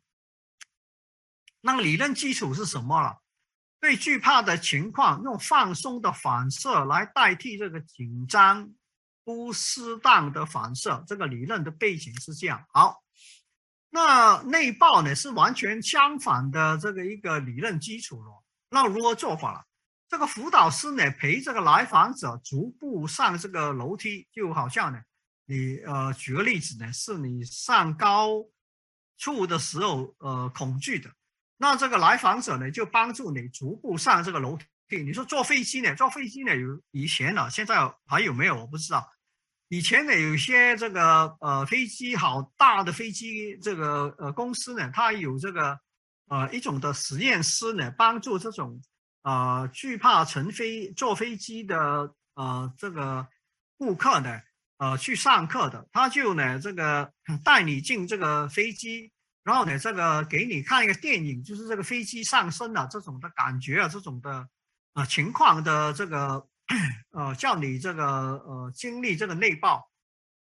那么理论基础是什么了？对惧怕的情况，用放松的反射来代替这个紧张不适当的反射。这个理论的背景是这样。好，那内爆呢是完全相反的这个一个理论基础了。那如何做法了？这个辅导师呢陪这个来访者逐步上这个楼梯，就好像呢，你举个例子呢，是你上高处的时候恐惧的。那这个来访者呢，就帮助你逐步上这个楼梯。你说坐飞机呢？坐飞机呢有以前了，现在还有没有我不知道。以前呢，有些这个飞机好大的飞机，这个公司呢，它有这个一种的实验室呢，帮助这种惧怕坐飞机的这个顾客呢去上课的。他就呢这个带你进这个飞机。然后呢，这个给你看一个电影，就是这个飞机上升啊，这种的感觉啊，这种的情况的这个叫你这个经历这个内爆。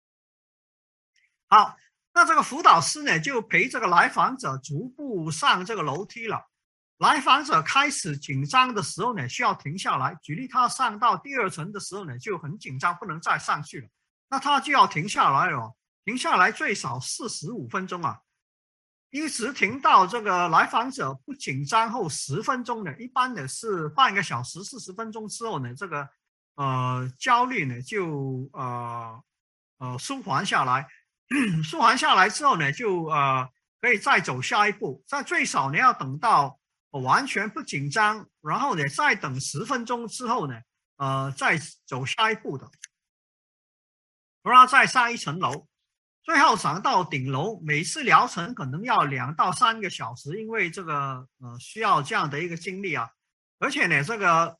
好，那这个辅导师呢，就陪这个来访者逐步上这个楼梯了。来访者开始紧张的时候呢，需要停下来。举例，他上到第2层的时候呢，就很紧张，不能再上去了，那他就要停下来了，停下来最少45分钟啊。一直停到这个来访者不紧张后10分钟呢，一般的是半个小时40分钟之后呢，这个焦虑呢就舒缓下来，舒缓下来之后呢，就可以再走下一步。但最少你要等到完全不紧张，然后呢再等10分钟之后呢，再走下一步的，然后再上一层楼。最后上到顶楼，每次疗程可能要2到3个小时，因为这个需要这样的一个经历啊。而且呢，这个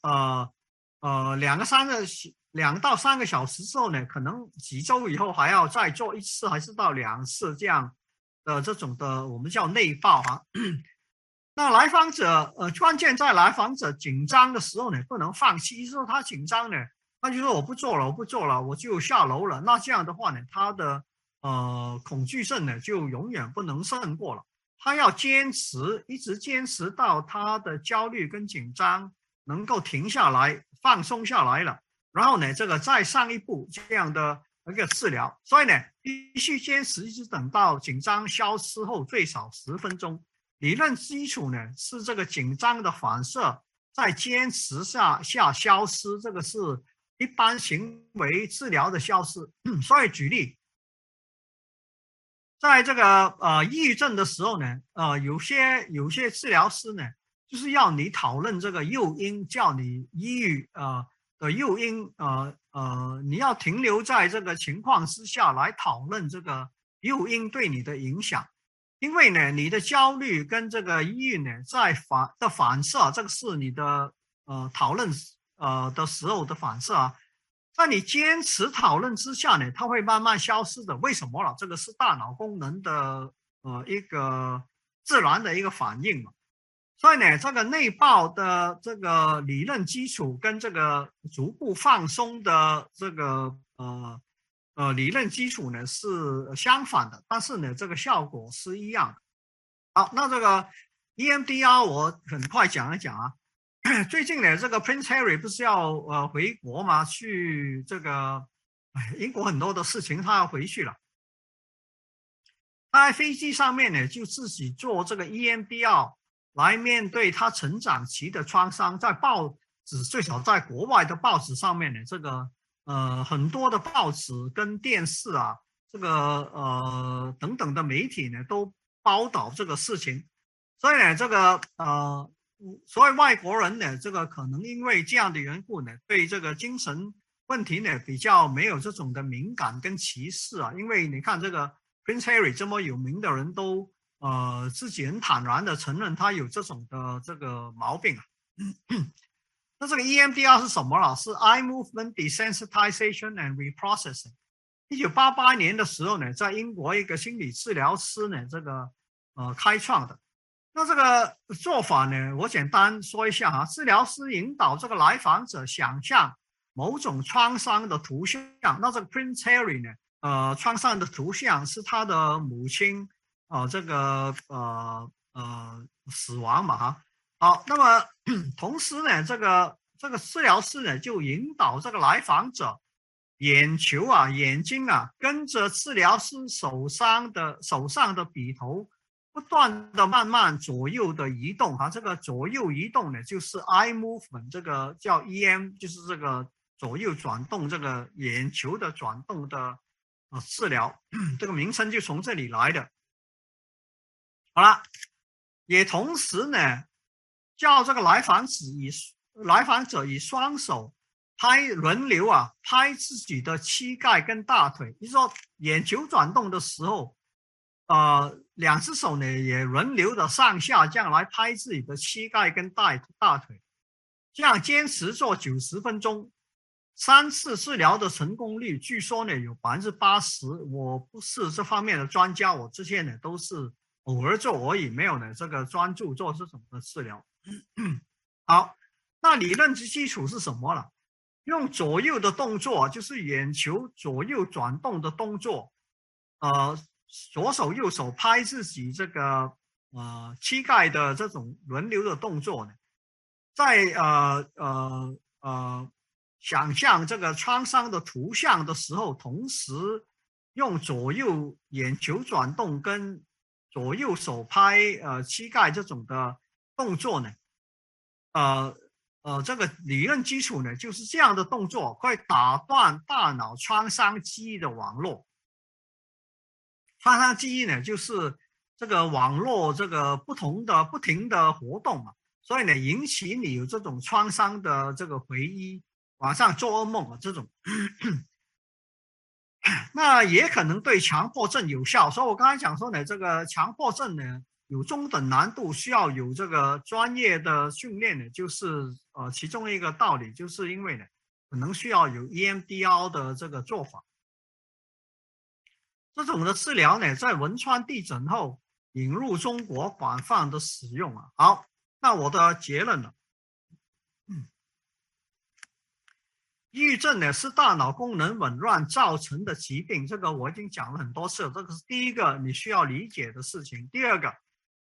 2到3个小时之后呢，可能几周以后还要再做1次还是到2次这样的这种的，我们叫内爆啊。那来访者关键在来访者紧张的时候呢，不能放弃。就是说他紧张呢，他就说我不做了，我就下楼了。那这样的话呢，他的恐惧症呢就永远不能胜过了。 他要坚持，一直坚持到他的焦虑跟紧张能够停下来、放松下来了，然后呢，这个再上一步这样的一个治疗。所以呢，必须坚持一直等到紧张消失后最少10分钟。理论基础呢是这个紧张的反射在坚持下消失，这个是一般行为治疗的消失。所以举例，在这个抑郁症的时候呢，有些治疗师呢，就是要你讨论这个诱因，叫你抑郁的诱因，你要停留在这个情况之下来讨论这个诱因对你的影响。因为呢，你的焦虑跟这个抑郁呢，在反射，这个是你的讨论的时候的反射啊。在你坚持讨论之下呢，它会慢慢消失的。为什么了？这个是大脑功能的一个自然的一个反应嘛。所以呢，这个内爆的这个理论基础跟这个逐步放松的这个理论基础呢是相反的，但是呢，这个效果是一样的。好，那这个 EMDR 我很快讲一讲啊。最近呢，这个 Prince Harry 不是要回国吗？去这个英国很多的事情他要回去了。他在飞机上面呢，就自己做这个 EMDR 来面对他成长期的创伤。在报纸，最少在国外的报纸上面呢，这个很多的报纸跟电视啊，这个等等的媒体呢，都报道这个事情。所以呢，这个所以外国人呢，这个可能因为这样的缘故呢，对这个精神问题呢比较没有这种的敏感跟歧视啊。因为你看这个 Prince Harry 这么有名的人都自己很坦然的承认他有这种的这个毛病啊。那这个 EMDR 是什么了？是 Eye Movement Desensitization and Reprocessing。1988年的时候呢，在英国一个心理治疗师呢，这个开创的。那这个做法呢，我简单说一下哈。治疗师引导这个来访者想象某种创伤的图像。那这个 Prince Harry 呢，创伤的图像是他的母亲这个死亡嘛哈。好，那么同时呢，这个治疗师呢就引导这个来访者眼睛跟着治疗师手上的笔头不断的慢慢左右的移动哈。这个左右移动呢就是 eye movement， 这个叫 EM， 就是这个左右转动，这个眼球的转动的治疗，这个名称就从这里来的。好了，也同时呢叫这个来访者以双手轮流拍自己的膝盖跟大腿。就是说眼球转动的时候两只手呢也轮流的上下这样来拍自己的膝盖跟大腿，这样坚持做90分钟，3次治疗的成功率据说呢有80%。我不是这方面的专家，我之前呢都是偶尔做而已，没有呢这个专注做这种的治疗。好，那理论之基础是什么了？用左右的动作，就是眼球左右转动的动作，左手右手拍自己这个膝盖的这种轮流的动作呢，在想象这个创伤的图像的时候，同时用左右眼球转动跟左右手拍膝盖这种的动作呢，这个理论基础呢，就是这样的动作会打断大脑创伤记忆的网络。创伤记忆呢，就是这个网络这个不停的活动嘛，所以呢，引起你有这种创伤的这个回忆，晚上做噩梦这种。那也可能对强迫症有效。所以我刚才讲说呢，这个强迫症呢有中等难度，需要有这个专业的训练呢，就是其中一个道理，就是因为呢可能需要有 EMDR 的这个做法。这种的治疗呢，在汶川地震后引入中国广泛的使用啊。好，那我的结论了。抑郁症呢是大脑功能紊乱造成的疾病，这个我已经讲了很多次了。这个是第一个你需要理解的事情。第二个，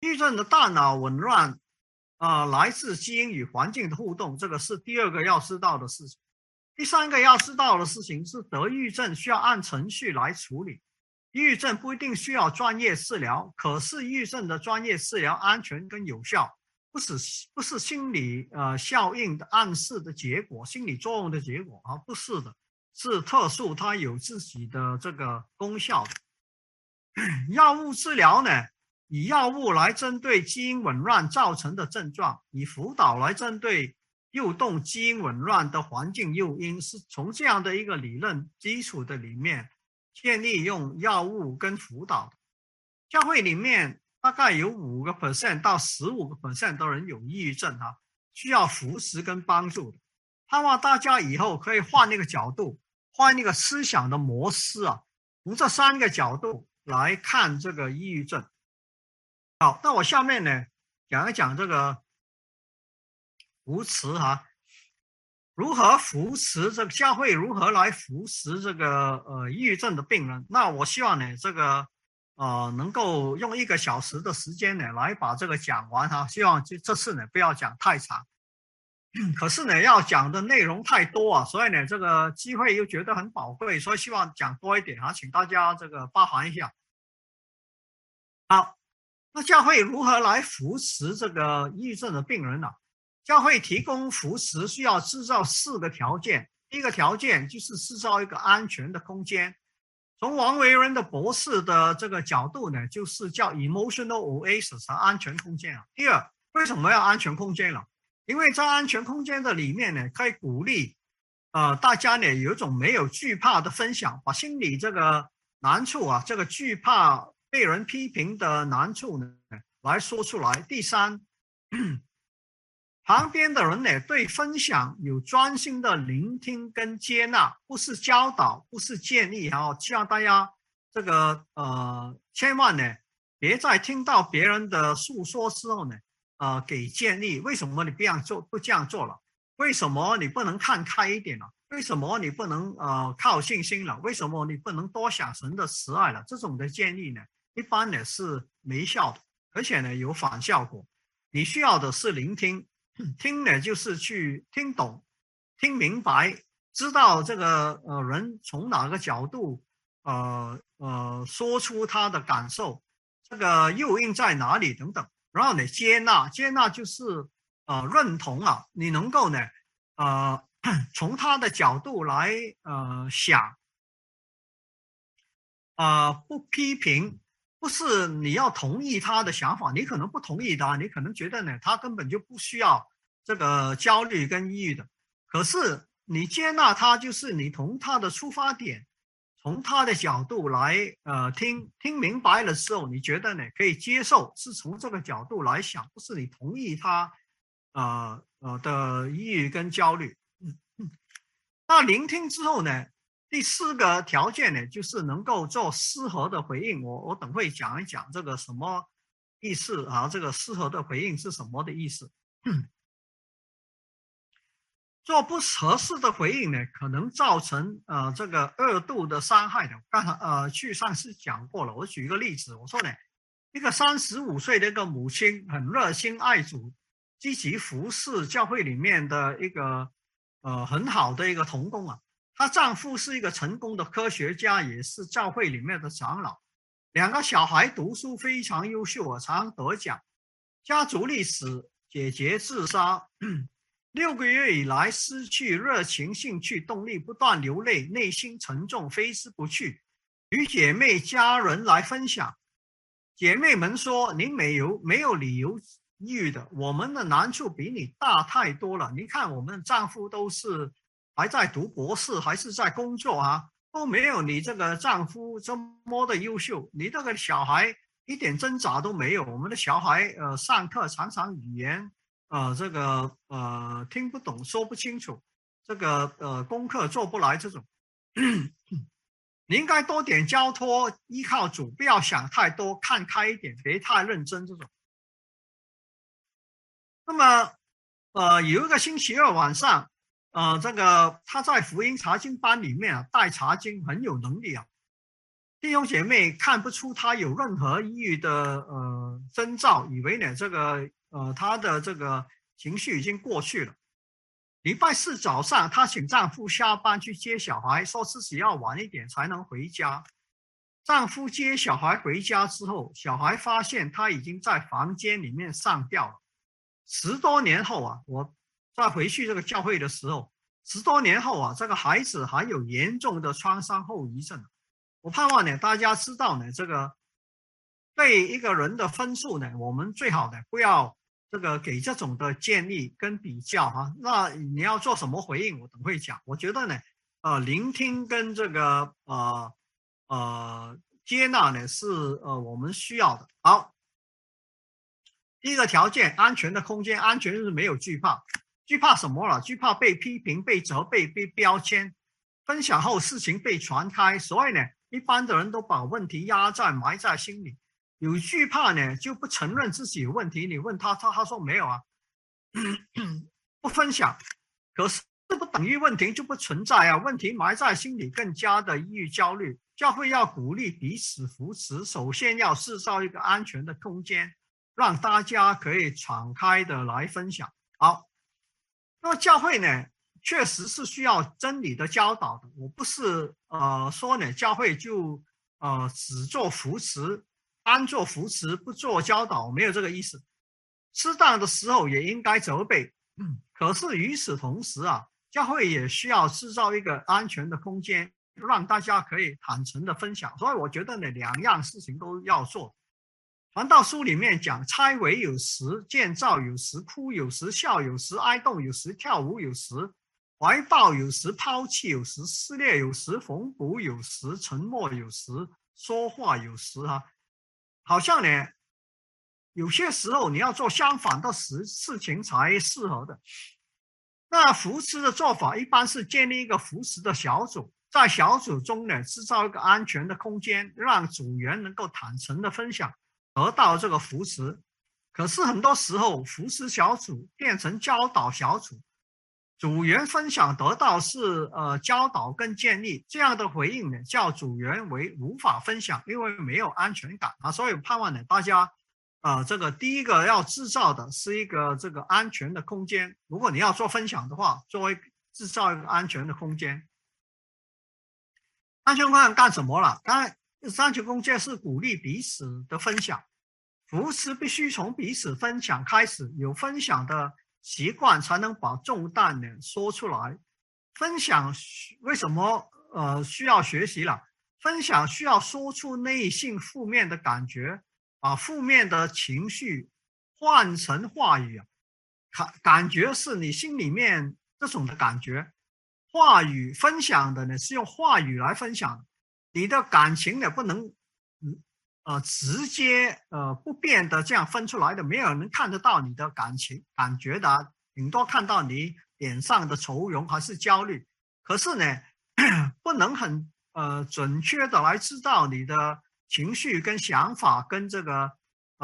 抑郁症的大脑紊乱，来自基因与环境的互动，这个是第二个要知道的事情。第三个要知道的事情是，得抑郁症需要按程序来处理。抑郁症不一定需要专业治疗，可是抑郁症的专业治疗安全跟有效，不是心理效应的暗示的结果，心理作用的结果啊，不是的，是特殊，它有自己的这个功效的。药物治疗呢，以药物来针对基因紊乱造成的症状，以辅导来针对诱动基因紊乱的环境诱因，是从这样的一个理论基础的里面建立用药物跟辅导的。教会里面大概有5% 到15% 的人有抑郁症啊，需要扶持跟帮助的。盼望大家以后可以换那个角度，换那个思想的模式啊，从这3个角度来看这个抑郁症。好，那我下面呢讲一讲这个扶持哈，如何扶持这个教会如何来扶持这个抑郁症的病人。那我希望呢这个能够用1个小时的时间呢来把这个讲完哈，希望这次呢不要讲太长。可是呢要讲的内容太多啊，所以呢这个机会又觉得很宝贵，所以希望讲多一点啊，请大家这个包涵一下。好，那教会如何来扶持这个抑郁症的病人呢？教会提供扶持需要制造4个条件。第一个条件就是制造一个安全的空间。从王维仁的博士的这个角度呢，就是叫 emotional oasis 安全空间啊。第二，为什么要安全空间了？因为在安全空间的里面呢，可以鼓励大家呢有一种没有惧怕的分享，把心理这个难处啊，这个惧怕被人批评的难处呢来说出来。第三，旁边的人呢对分享有专心的聆听跟接纳，不是教导，不是建议啊。希望大家这个千万呢别在听到别人的诉说之后呢给建议，为什么你不这样做了？为什么你不能看开一点了？为什么你不能靠信心了？为什么你不能多想神的慈爱了？这种的建议呢一般呢是没效的，而且呢有反效果。你需要的是聆听，听呢就是去听懂、听明白，知道这个人从哪个角度说出他的感受，这个诱因在哪里等等。然后呢接纳就是认同啊，你能够呢从他的角度来想，不批评，不是你要同意他的想法，你可能不同意他，你可能觉得呢他根本就不需要这个焦虑跟抑郁的，可是你接纳他，就是你从他的出发点，从他的角度来听明白了之后，你觉得呢可以接受，是从这个角度来想，不是你同意他的抑郁跟焦虑。那聆听之后呢，第4个条件呢就是能够做适合的回应。我等会讲一讲这个什么意思啊，这个适合的回应是什么的意思。做不合适的回应呢，可能造成这个2度的伤害的。刚才上次讲过了，我举一个例子，我说呢，一个35岁的一个母亲，很热心爱主，积极服侍教会里面的一个很好的一个同工啊。她丈夫是一个成功的科学家，也是教会里面的长老，2个小孩读书非常优秀啊，常得奖。家族历史，姐姐自杀。6个月以来失去热情、兴趣、动力，不断流泪，内心沉重，挥之不去。与姐妹、家人来分享，姐妹们说：“你没有理由抑郁的，我们的难处比你大太多了。你看，我们的丈夫都是还在读博士，还是在工作啊，都没有你这个丈夫这么的优秀。你这个小孩一点挣扎都没有，我们的小孩上课常常语言。”这个听不懂，说不清楚，这个功课做不来，这种你应该多点交托，依靠主，不要想太多，看开一点，别太认真这种。那么有一个星期2晚上，这个他在福音查经班里面带查经，很有能力啊。 弟兄姐妹看不出他有任何抑郁的征兆，以为呢他的这个情绪已经过去了。礼拜四早上，她请丈夫下班去接小孩，说自己要晚一点才能回家。丈夫接小孩回家之后，小孩发现她已经在房间里面上吊了。10多年后啊，我再回去这个教会的时候，10多年后啊，这个孩子还有严重的创伤后遗症。我盼望呢，大家知道呢，这个对一个人的分数呢，我们最好呢不要这个给这种的建议跟比较哈。那你要做什么回应，我等会讲。我觉得呢，聆听跟这个接纳呢是我们需要的。好，第一个条件，安全的空间，安全就是没有惧怕。惧怕什么了？惧怕被批评、被责备、被标签。分享后事情被传开，所以呢，一般的人都把问题埋在心里。有惧怕呢，就不承认自己有问题。你问他说没有啊，不分享。可是这不等于问题就不存在啊，问题埋在心里，更加的抑郁焦虑。教会要鼓励彼此扶持，首先要制造一个安全的空间，让大家可以敞开的来分享。好，那么教会呢，确实是需要真理的教导的。我不是说呢，教会就只做扶持，单做扶持不做教导，没有这个意思。适当的时候也应该责备。可是与此同时啊，教会也需要制造一个安全的空间，让大家可以坦诚的分享。所以我觉得呢，两样事情都要做。传道书里面讲，拆毁有时，建造有时，哭有时，笑有时，哀动有时，跳舞有时，怀抱有时，抛弃有时，撕裂有时，缝补有时，沉默有时，说话有时啊。好像呢，有些时候你要做相反的事情才适合的。那扶持的做法一般是建立一个扶持的小组，在小组中呢，制造一个安全的空间，让组员能够坦诚的分享，得到这个扶持。可是很多时候，扶持小组变成教导小组，组员分享得到是教导跟建议，这样的回应呢，叫组员为无法分享，因为没有安全感啊。所以盼望呢，大家这个第一个要制造的是一个这个安全的空间。如果你要做分享的话，制造一个安全的空间。安全空间干什么了？当然，安全空间是鼓励彼此的分享，扶持必须从彼此分享开始，有分享的习惯才能把重担呢说出来。分享为什么需要学习了？分享需要说出内心负面的感觉，把负面的情绪换成话语啊。感觉是你心里面这种的感觉，话语分享的呢是用话语来分享，你的感情呢不能直接不变的这样分出来的，没有人看得到你的感觉的，顶多看到你脸上的愁容还是焦虑。可是呢，不能很准确的来知道你的情绪跟想法跟这个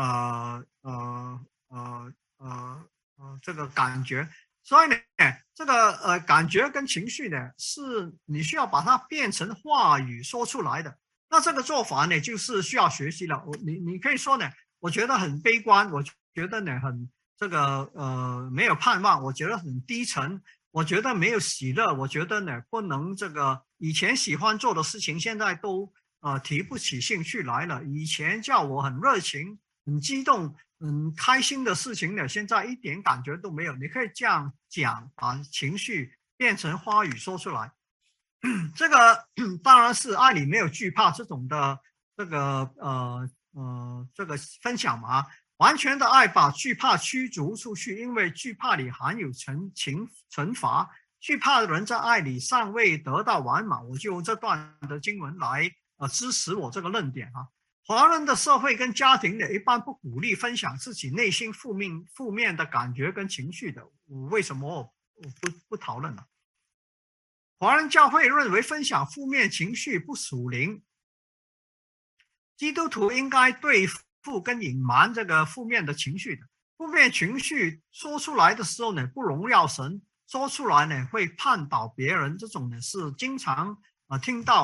这个感觉。所以呢，这个感觉跟情绪呢，是你需要把它变成话语说出来的。那这个做法呢，就是需要学习了。你可以说呢，我觉得很悲观，我觉得呢很这个没有盼望，我觉得很低沉，我觉得没有喜乐，我觉得呢不能这个以前喜欢做的事情，现在都提不起兴趣来了。以前叫我很热情、很激动、很开心的事情呢，现在一点感觉都没有。你可以这样讲，把情绪变成话语说出来。这个当然是爱里没有惧怕这种的这个这个分享嘛。完全的爱把惧怕驱逐出去，因为惧怕里含有惩罚。惧怕的人在爱里尚未得到完满。我就用这段的经文来支持我这个论点啊。华人的社会跟家庭呢，一般不鼓励分享自己内心负面的感觉跟情绪的。为什么我不讨论了？华人教会认为分享负面情绪不属灵，基督徒应该对付跟隐瞒这个负面的情绪的。负面情绪说出来的时候呢，不荣耀神，说出来呢会绊倒别人，这种呢是经常听到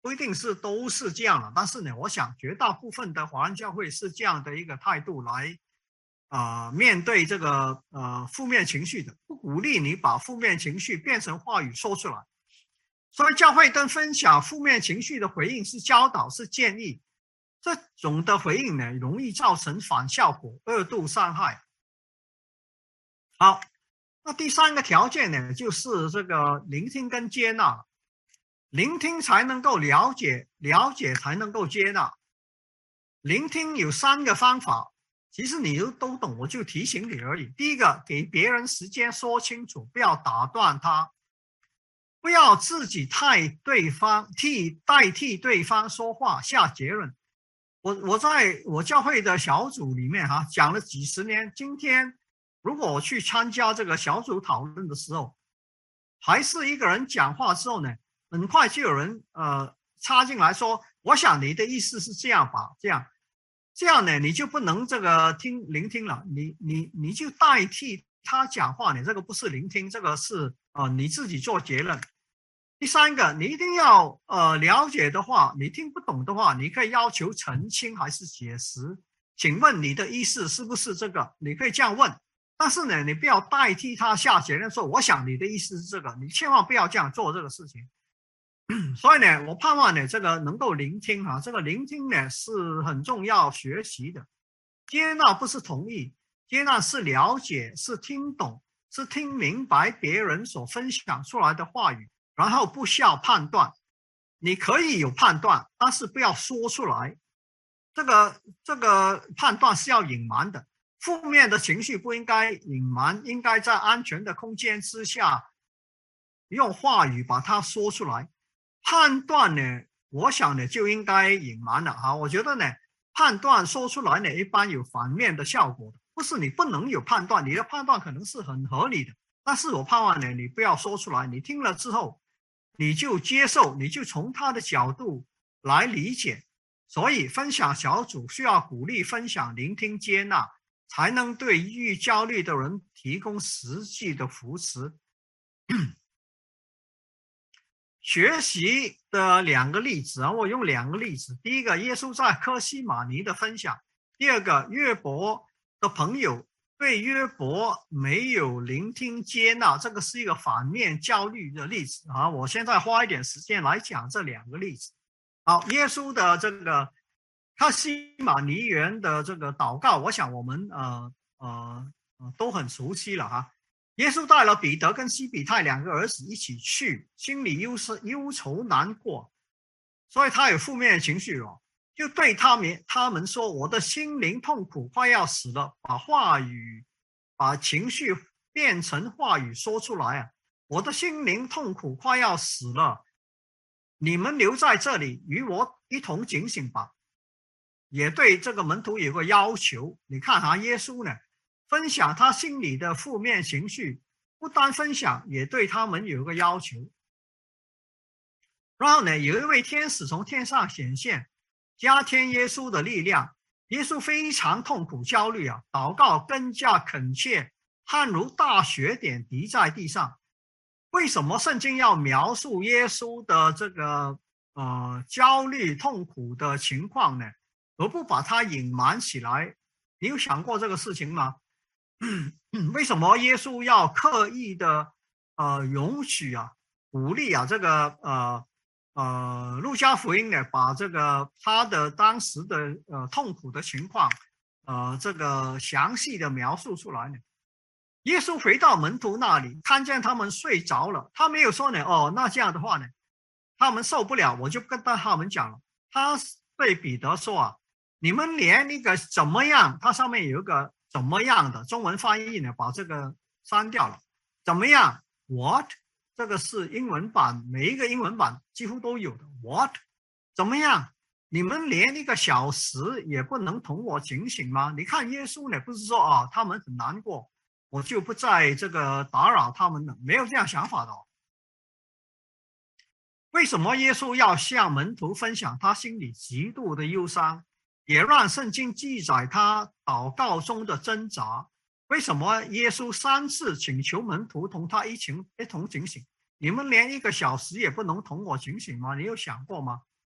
不一定是都是这样的，但是呢，我想绝大部分的华人教会是这样的一个态度来面对这个负面情绪的，不鼓励你把负面情绪变成话语说出来。所以教会跟分享负面情绪的回应是教导，是建议，这种的回应呢，容易造成反效果，二度伤害。好，那第三个条件呢，就是这个聆听跟接纳。聆听才能够了解，了解才能够接纳。聆听有3个方法，其实你都懂，我就提醒你而已。第一个，给别人时间说清楚，不要打断他，不要自己代替对方说话下结论。我在我教会的小组里面讲了几十年，今天如果我去参加这个小组讨论的时候，还是一个人讲话之后呢，很快就有人插进来说，我想你的意思是这样吧，这样呢，你就不能这个聆听了，你就代替他讲话呢，这个不是聆听，这个是你自己做结论。第三个，你一定要了解的话，你听不懂的话，你可以要求澄清还是解释，请问你的意思是不是这个？你可以这样问，但是呢，你不要代替他下结论说，我想你的意思是这个，你千万不要这样做这个事情。所以呢，我盼望呢，这个能够聆听这个聆听呢是很重要学习的。接纳不是同意，接纳是了解，是听懂，是听明白别人所分享出来的话语，然后不需要判断。你可以有判断，但是不要说出来。这个判断是要隐瞒的，负面的情绪不应该隐瞒，应该在安全的空间之下，用话语把它说出来。判断呢，我想呢就应该隐瞒了我觉得呢，判断说出来呢，一般有反面的效果的。不是你不能有判断，你的判断可能是很合理的，但是我盼望呢，你不要说出来。你听了之后，你就接受，你就从他的角度来理解。所以分享小组需要鼓励分享、聆听、接纳，才能对抑郁焦虑的人提供实际的扶持。学习的2个例子我用2个例子。第一个，耶稣在客西马尼的分享；第二个，约伯的朋友对约伯没有聆听接纳，这个是一个反面焦虑的例子我现在花一点时间来讲这2个例子。好，耶稣的这个客西马尼园的这个祷告，我想我们都很熟悉了耶稣带了彼得跟西比泰2个儿子一起去，心里忧愁难过，所以他有负面情绪就对他们说，我的心灵痛苦快要死了，把情绪变成话语说出来我的心灵痛苦快要死了，你们留在这里与我一同警醒吧。也对这个门徒有个要求，你看耶稣呢分享他心里的负面情绪，不单分享，也对他们有个要求。然后呢，有一位天使从天上显现，加添耶稣的力量。耶稣非常痛苦焦虑祷告更加恳切，汗如大雪点滴在地上。为什么圣经要描述耶稣的这个焦虑痛苦的情况呢？而不把它隐瞒起来？你有想过这个事情吗？为什么耶稣要刻意的容许鼓励这个路加福音呢把这个他的当时的痛苦的情况这个详细的描述出来呢？耶稣回到门徒那里，看见他们睡着了，他没有说呢那这样的话呢，他们受不了，我就跟他们讲了。他对彼得说你们连那个怎么样，它上面有一个怎么样的中文翻译呢，把这个删掉了。怎么样 ？What？ 这个是英文版，每一个英文版几乎都有的。What？ 怎么样？你们连1个小时也不能同我警醒吗？你看耶稣呢，不是说他们很难过，我就不再这个打扰他们了，没有这样想法的为什么耶稣要向门徒分享他心里极度的忧伤？也让圣经记载他祷告中的挣扎。为什么耶稣3次请求门徒同他一同警醒？你们连1个小时也不能同我警醒吗？你有想过吗？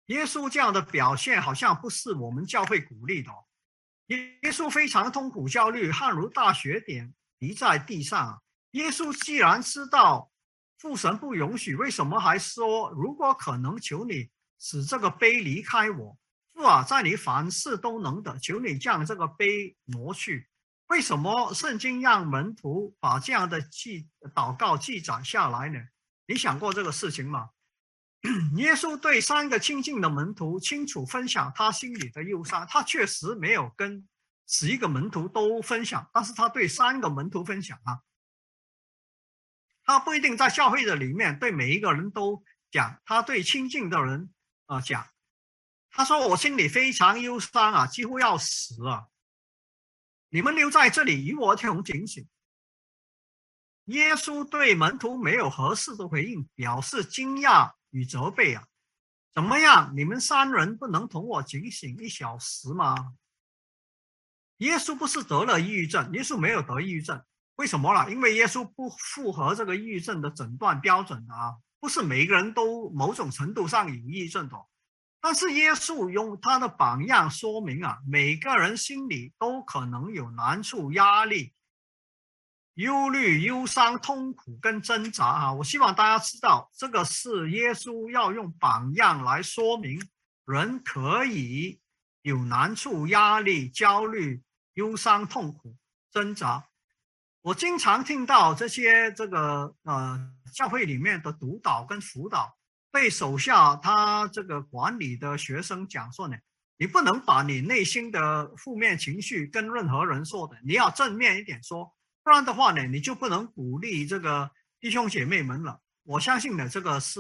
耶稣这样的表现好像不是我们教会鼓励的哦。耶稣非常痛苦焦虑，汗如大雪点滴在地上啊。耶稣既然知道父神不允许，为什么还说如果可能，求你使这个杯离开我？父啊，在你凡事都能的，求你将这个杯挪去。为什么圣经让门徒把这样的祷告记载下来呢？你想过这个事情吗？耶稣对3个亲近的门徒清楚分享他心里的忧伤，他确实没有跟11个门徒都分享，但是他对3个门徒分享啊。他不一定在教会的里面对每一个人都讲，他对亲近的人讲。他说我心里非常忧伤啊，几乎要死啊，你们留在这里与我同警醒。耶稣对门徒没有合适的回应，表示惊讶与责备啊。怎么样，你们3人不能同我警醒1小时吗？耶稣不是得了抑郁症，耶稣没有得抑郁症。为什么呢？因为耶稣不符合这个抑郁症的诊断标准啊，不是每个人都某种程度上有抑郁症的。但是耶稣用他的榜样说明啊，每个人心里都可能有难处、压力、忧虑、忧伤、痛苦跟挣扎啊。我希望大家知道，这个是耶稣要用榜样来说明，人可以有难处、压力、焦虑、忧伤、痛苦、挣扎。我经常听到这些教会里面的督导跟辅导对手下他这个管理的学生讲说呢，你不能把你内心的负面情绪跟任何人说的，你要正面一点说，不然的话呢，你就不能鼓励这个弟兄姐妹们了。我相信呢，这个是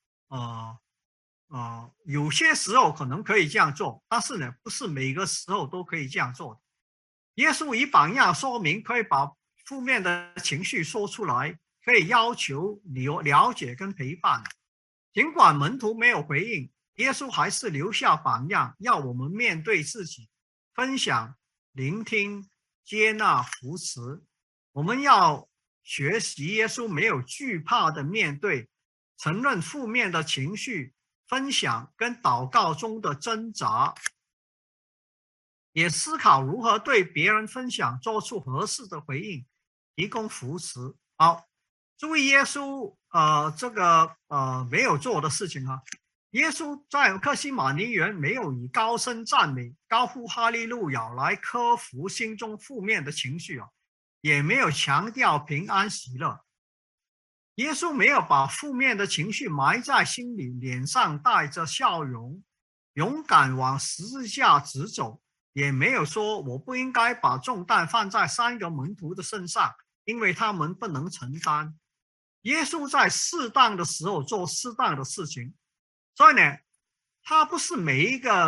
有些时候可能可以这样做，但是呢，不是每个时候都可以这样做的。耶稣以榜样说明，可以把负面的情绪说出来，可以要求你了解跟陪伴。尽管门徒没有回应，耶稣还是留下榜样，要我们面对自己，分享、聆听、接纳、扶持。我们要学习耶稣没有惧怕的面对，承认负面的情绪，分享跟祷告中的挣扎，也思考如何对别人分享，做出合适的回应，提供扶持。好，注意耶稣没有做的事情啊。耶稣在客西马尼园没有以高声赞美、高呼哈利路亚来克服心中负面的情绪啊，也没有强调平安喜乐。耶稣没有把负面的情绪埋在心里，脸上带着笑容，勇敢往十字架直走。也没有说我不应该把重担放在3个门徒的身上，因为他们不能承担。耶稣在适当的时候做适当的事情，所以呢，他不是每一个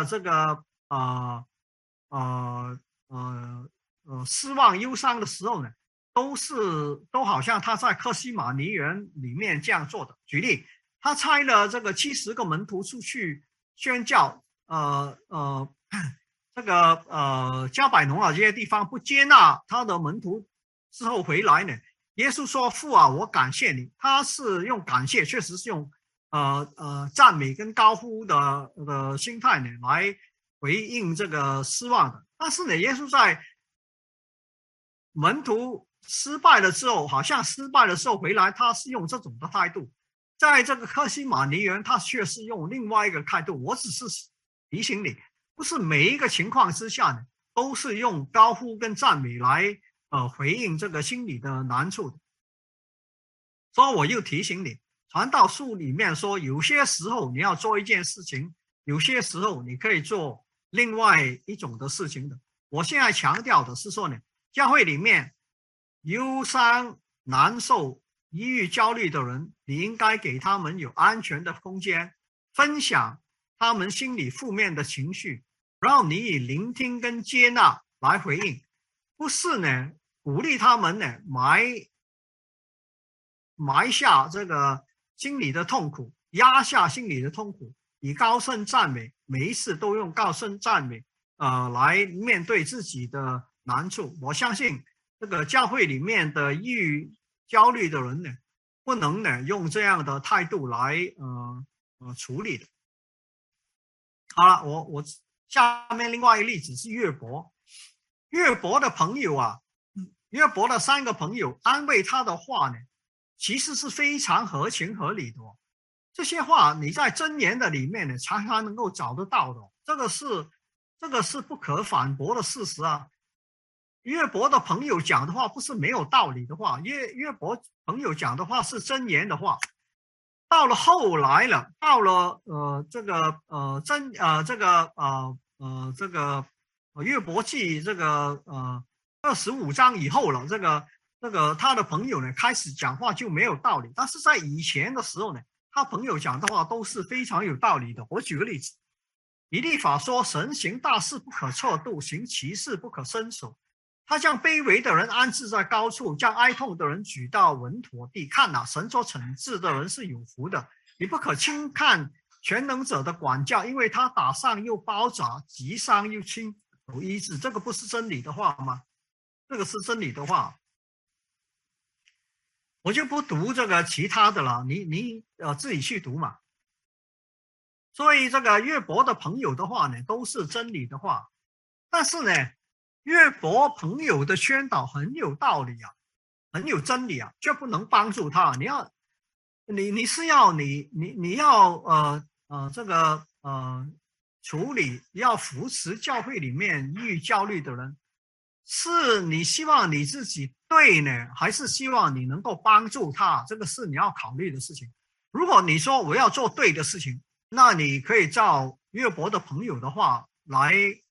失望忧伤的时候呢，都好像他在客西马尼园里面这样做的。举例，他差了这个70个门徒出去宣教，加百农啊这些地方不接纳他的门徒之后回来呢，耶稣说父啊，我感谢你。他是用感谢，确实是用赞美跟高呼的心态呢来回应这个失望的。但是呢，耶稣在门徒失败了之后，好像失败的时候回来，他是用这种的态度。在这个客西马尼园，他却是用另外一个态度。我只是提醒你，不是每一个情况之下呢，都是用高呼跟赞美来回应这个心理的难处的。所以我又提醒你，传道书里面说，有些时候你要做一件事情，有些时候你可以做另外一种的事情的。我现在强调的是说呢，教会里面忧伤、难受、抑郁、焦虑的人，你应该给他们有安全的空间，分享他们心里负面的情绪，然后你以聆听跟接纳来回应，不是呢鼓励他们呢埋下这个心理的痛苦，压下心理的痛苦，以高声赞美，每一次都用高声赞美来面对自己的难处。我相信这个教会里面的抑郁焦虑的人呢，不能呢用这样的态度来处理的。 好了，我下面另外一个例子是约伯，约伯的朋友啊，约伯的3个朋友安慰他的话呢，其实是非常合情合理的哦。这些话你在箴言的里面呢，常常能够找得到的哦，这个是不可反驳的事实啊。约伯的朋友讲的话不是没有道理的话，约伯朋友讲的话是箴言的话。到了后来了，到了约伯记25章以后了，他的朋友呢开始讲话就没有道理，但是在以前的时候呢，他朋友讲的话都是非常有道理的。我举个例子，以利法说：“神行大事不可测度，行奇事不可伸手。他将卑微的人安置在高处，将哀痛的人举到稳妥地。看哪，神所惩治的人是有福的。你不可轻看全能者的管教，因为他打伤又包扎，击伤又亲手医治。”这个不是真理的话吗？这个是真理的话，我就不读这个其他的了，你自己去读嘛。所以这个约伯的朋友的话呢，都是真理的话，但是呢，约伯朋友的宣导很有道理啊，很有真理啊，却不能帮助他。你要处理要扶持教会里面抑郁焦虑的人，是你希望你自己对呢，还是希望你能够帮助他？这个是你要考虑的事情。如果你说我要做对的事情，那你可以照约伯的朋友的话来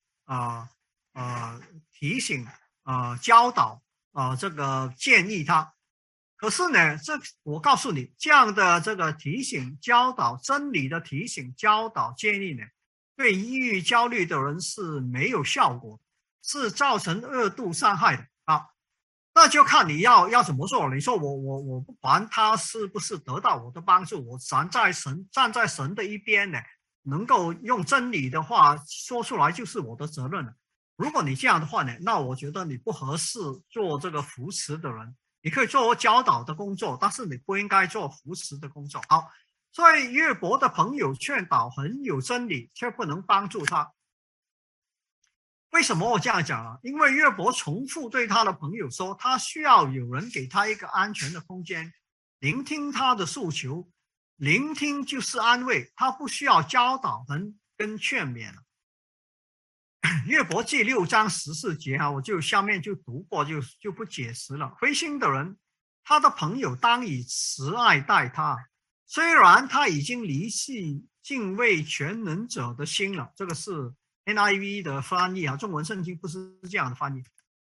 提醒教导这个建议他。可是呢，我告诉你，这样的这个提醒教导真理的提醒教导建议呢，对抑郁焦虑的人是没有效果，是造成2度伤害的啊。那就看你要怎么做。你说我不管他是不是得到我的帮助，我站在神的一边呢，能够用真理的话说出来就是我的责任了。如果你这样的话呢，那我觉得你不合适做这个扶持的人。你可以做教导的工作，但是你不应该做扶持的工作。好，所以约伯的朋友劝导很有真理，却不能帮助他。为什么我这样讲啊？因为约伯重复对他的朋友说，他需要有人给他一个安全的空间，聆听他的诉求。聆听就是安慰，他不需要教导跟劝勉了。约伯记6章14节我就下面就读过，就不解释了。灰心的人，他的朋友当以慈爱待他，虽然他已经离弃敬畏全能者的心了。这个是 NIV 的翻译中文圣经不是这样的翻译。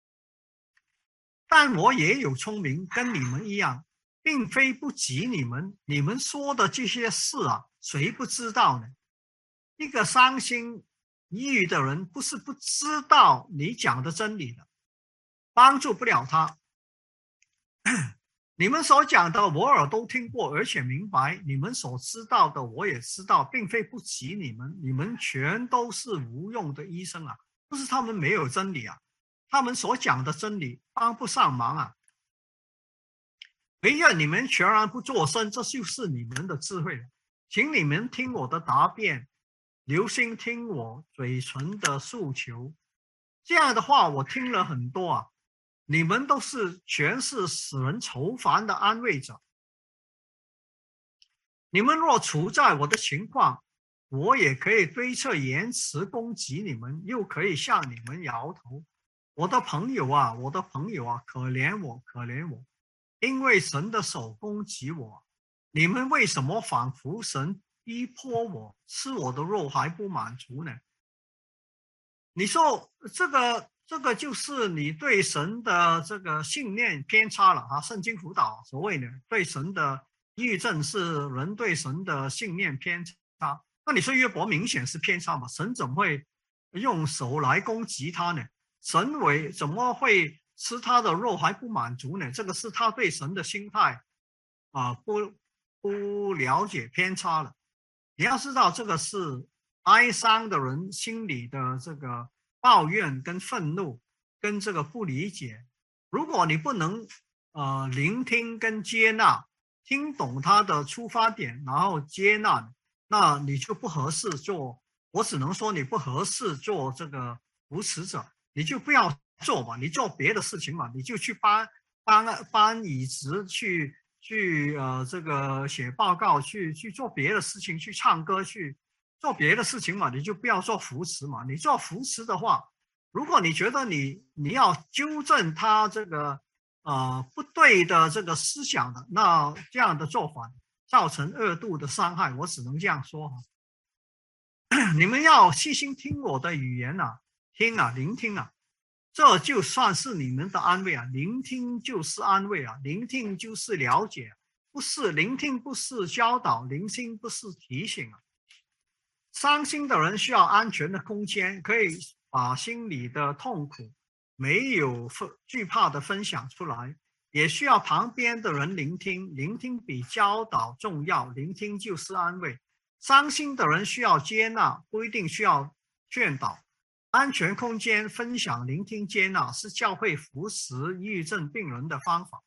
但我也有聪明，跟你们一样，并非不及你们。你们说的这些事谁不知道呢？一个伤心抑郁的人不是不知道你讲的真理的，帮助不了他。你们所讲的我耳都听过，而且明白，你们所知道的我也知道，并非不及你们。你们全都是无用的医生不是他们没有真理他们所讲的真理帮不上忙唯愿你们全然不作声，这就是你们的智慧了。请你们听我的答辩，留心听我嘴唇的诉求。这样的话我听了很多你们都全是使人愁烦的安慰者。你们若处在我的情况，我也可以对策言辞攻击你们，又可以向你们摇头。我的朋友可怜我，可怜我，因为神的手攻击我。你们为什么仿佛神逼迫我，吃我的肉还不满足呢？你说这个就是你对神的这个信念偏差了圣经辅导所谓的对神的抑郁症是人对神的信念偏差。那你说约伯明显是偏差嘛？神怎么会用手来攻击他呢？神怎么会吃他的肉还不满足呢？这个是他对神的心态不了解，偏差了。你要知道，这个是哀伤的人心里的这个抱怨跟愤怒跟这个不理解。如果你不能聆听跟接纳，听懂他的出发点，然后接纳，那你就不合适做我只能说你不合适做这个扶持者，你就不要做嘛，你做别的事情嘛，你就去搬椅子，去这个写报告，去做别的事情，去唱歌，去做别的事情嘛，你就不要做扶持嘛。你做扶持的话，如果你觉得你要纠正他这个不对的这个思想的，那这样的做法造成2度的伤害，我只能这样说哈。你们要细心听我的语言啊，聆听啊，这就算是你们的安慰啊。聆听就是安慰啊，聆听就是了解，聆听不是教导，聆听不是提醒啊。伤心的人需要安全的空间，可以把心里的痛苦没有惧怕的分享出来，也需要旁边的人聆听，聆听比教导重要，聆听就是安慰。伤心的人需要接纳，不一定需要劝导。安全空间、分享、聆听、接纳是教会扶持抑郁症病人的方法。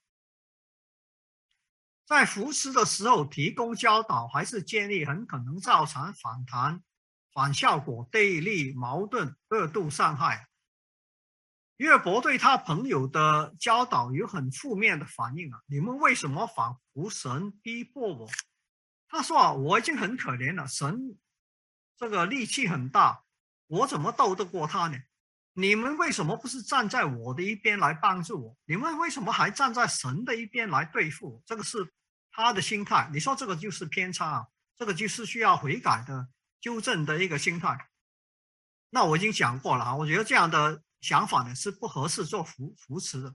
在扶持的时候提供教导还是建议，很可能造成反效果、对立、矛盾、2度伤害。约伯对他朋友的教导有很负面的反应啊！你们为什么反服神，逼迫我？他说我已经很可怜了，神这个力气很大，我怎么斗得过他呢？你们为什么不是站在我的一边来帮助我？你们为什么还站在神的一边来对付我？这个是他的心态。你说这个就是偏差啊，这个就是需要悔改的纠正的一个心态。那我已经讲过了啊，我觉得这样的想法呢是不合适做扶持的。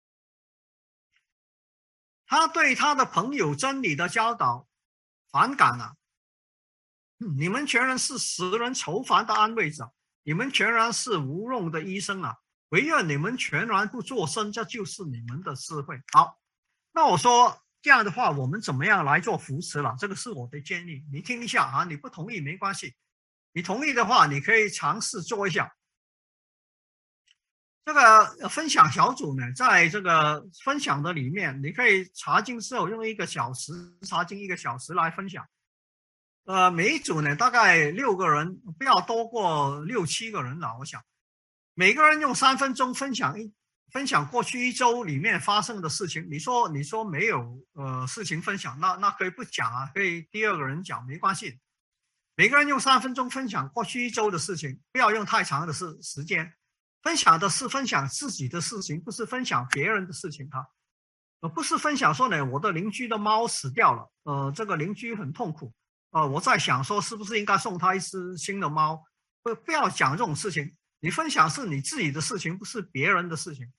他对他的朋友真理的教导反感了。你们全然是使人愁烦的安慰者，你们全然是无用的医生啊！唯愿你们全然不作声，这就是你们的智慧。好，那我说这样的话，我们怎么样来做扶持了？这个是我的建议，你听一下啊，你不同意没关系，你同意的话，你可以尝试做一下。这个分享小组呢，在这个分享的里面，你可以查经之后用1个小时，查经1个小时来分享。每一组呢大概6个人，不要多过6、7个人了。我想每个人用3分钟分享过去1周里面发生的事情。你说没有事情分享，那可以不讲啊，可以第2个人讲没关系。每个人用3分钟分享过去1周的事情，不要用太长的时间。分享的是分享自己的事情，不是分享别人的事情啊。不是分享说呢我的邻居的猫死掉了，这个邻居很痛苦。我在想说是不是应该送他一只新的猫，不要讲这种事情。你分享是你自己的事情，不是别人的事情。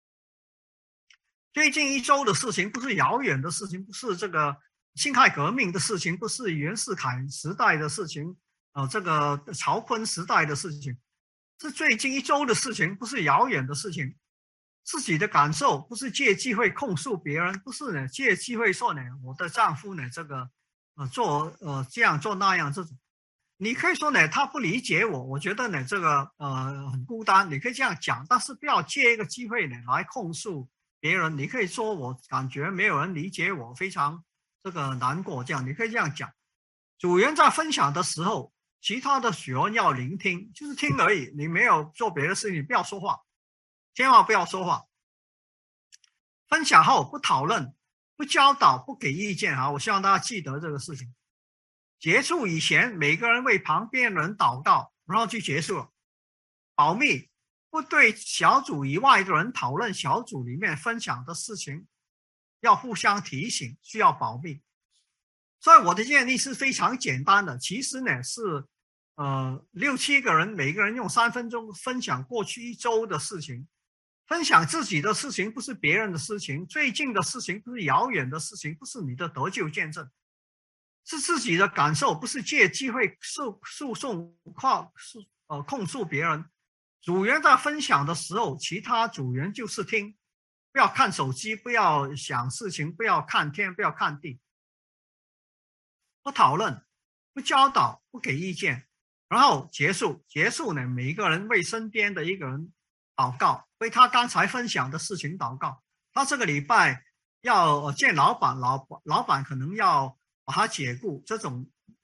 最近1周的事情，不是遥远的事情，不是这个辛亥革命的事情，不是袁世凯时代的事情，这个曹锟时代的事情，是最近1周的事情，不是遥远的事情。自己的感受不是借机会控诉别人，不是呢借机会说呢我的丈夫呢这个做这样做那样这种。你可以说呢他不理解我觉得呢这个很孤单，你可以这样讲，但是不要借一个机会呢来控诉别人。你可以说我感觉没有人理解我，非常这个难过，这样你可以这样讲。组员在分享的时候，其他的学员要聆听，就是听而已，你没有做别的事情，你不要说话，千万不要说话。分享后不讨论，不教导，不给意见啊！我希望大家记得这个事情。结束以前，每个人为旁边人祷告，然后就结束了。保密，不对小组以外的人讨论小组里面分享的事情，要互相提醒，需要保密。所以我的建议是非常简单的，其实呢是6、7个人，每个人用3分钟分享过去1周的事情。分享自己的事情，不是别人的事情，最近的事情，不是遥远的事情，不是你的得救见证，是自己的感受，不是借机会诉讼控诉别人。组员在分享的时候，其他组员就是听，不要看手机，不要想事情，不要看天，不要看地。不讨论，不教导，不给意见，然后结束呢，每一个人为身边的一个人祷告，为他刚才分享的事情祷告。他这个礼拜要见老板，老板可能要把他解雇，这种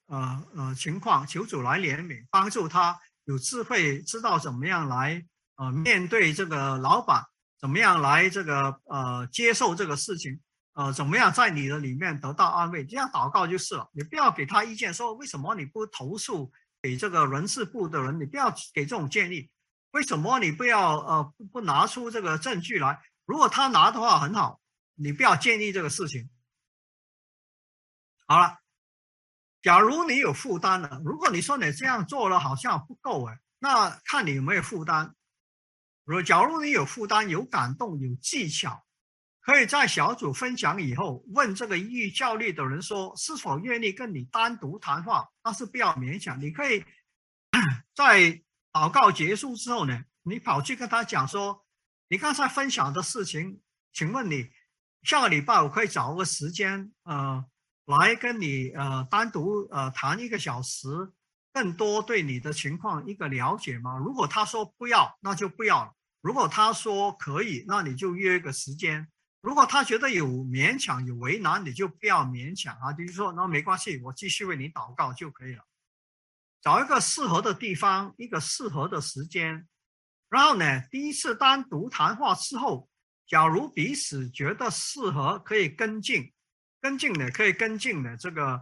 情况，求主来怜悯，帮助他有智慧，知道怎么样来面对这个老板，怎么样来这个接受这个事情，怎么样在你的里面得到安慰，这样祷告就是了。你不要给他意见，说为什么你不投诉给这个人事部的人，你不要给这种建议。为什么你不要不拿出这个证据来？如果他拿的话很好，你不要建议这个事情。好了，假如你有负担了，如果你说你这样做了好像不够那看你有没有负担。假如你有负担、有感动、有技巧，可以在小组分享以后问这个抑郁焦虑的人说是否愿意跟你单独谈话，但是不要勉强。你可以在祷告结束之后呢，你跑去跟他讲说，你刚才分享的事情，请问你下个礼拜我可以找个时间来跟你单独谈1个小时，更多对你的情况一个了解吗？如果他说不要，那就不要了。如果他说可以，那你就约一个时间。如果他觉得有勉强有为难，你就不要勉强啊，就是说那没关系，我继续为你祷告就可以了。找一个适合的地方，一个适合的时间，然后呢，第一次单独谈话之后，假如彼此觉得适合，可以跟进呢，可以跟进的这个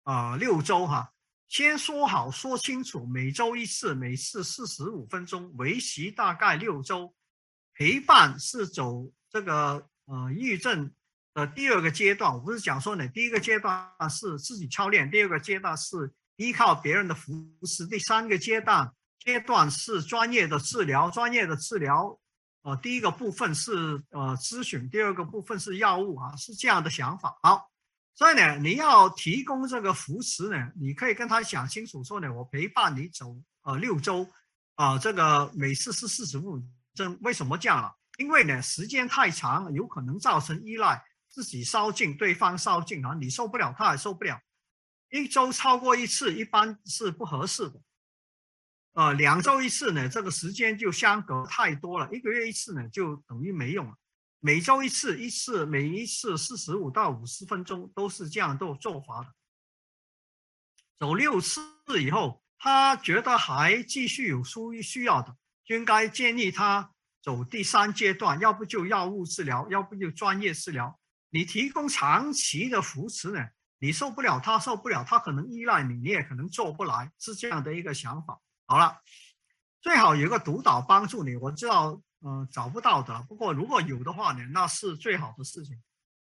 6周哈。先说好说清楚，每周1次，每次45分钟，为期大概6周。陪伴是走这个抑郁症的第2个阶段。我不是讲说呢，第1个阶段是自己操练，第2个阶段是依靠别人的扶持，第3个阶段是专业的治疗。第1个部分是咨询，第2个部分是药物啊，是这样的想法。好。所以呢，你要提供这个扶持呢，你可以跟他讲清楚说呢，我陪伴你走6周这个每次是45分。为什么这样了？因为呢，时间太长，有可能造成依赖，自己烧尽，对方烧尽啊，你受不了，他也受不了。1周超过1次，一般是不合适的。2周1次呢，这个时间就相隔太多了，1个月1次呢，就等于没用了。每周1次，每一次45到50分钟，都是这样做法的。走6次以后，他觉得还继续有需要的，就应该建议他走第3阶段，要不就药物治疗，要不就专业治疗。你提供长期的扶持呢，你受不了，他受不了，他可能依赖你，你也可能做不来，是这样的一个想法。好了，最好有一个督导帮助你，我知道找不到的，不过如果有的话呢，那是最好的事情。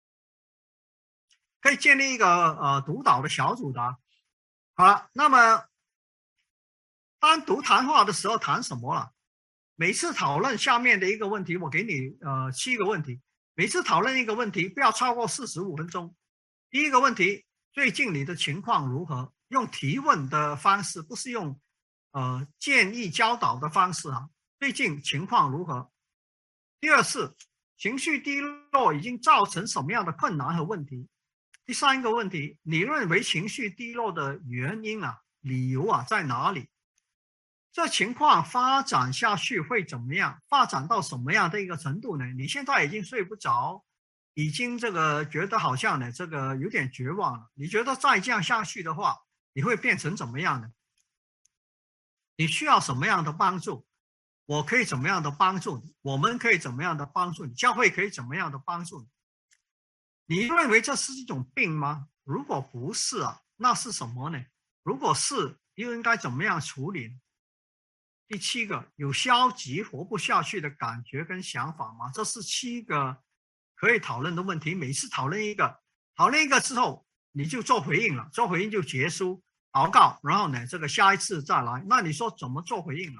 可以建立一个督导的小组的。好了，那么单独谈话的时候谈什么了？每次讨论下面的一个问题，我给你7个问题，每次讨论一个问题不要超过45分钟。第1个问题，最近你的情况如何？用提问的方式，不是用建议教导的方式啊。最近情况如何？第2是情绪低落已经造成什么样的困难和问题？第3个问题，你认为情绪低落的原因理由在哪里？这情况发展下去会怎么样？发展到什么样的一个程度呢？你现在已经睡不着，已经这个觉得好像呢这个有点绝望了。你觉得再这样下去的话，你会变成怎么样呢？你需要什么样的帮助？我可以怎么样的帮助你？我们可以怎么样的帮助你？教会可以怎么样的帮助你？你认为这是一种病吗？如果不是那是什么呢？如果是，又应该怎么样处理？第7个，有消极活不下去的感觉跟想法吗？这是7个可以讨论的问题。每次讨论一个之后，你就做回应了，做回应就结束祷告，然后呢，这个下一次再来。那你说怎么做回应了？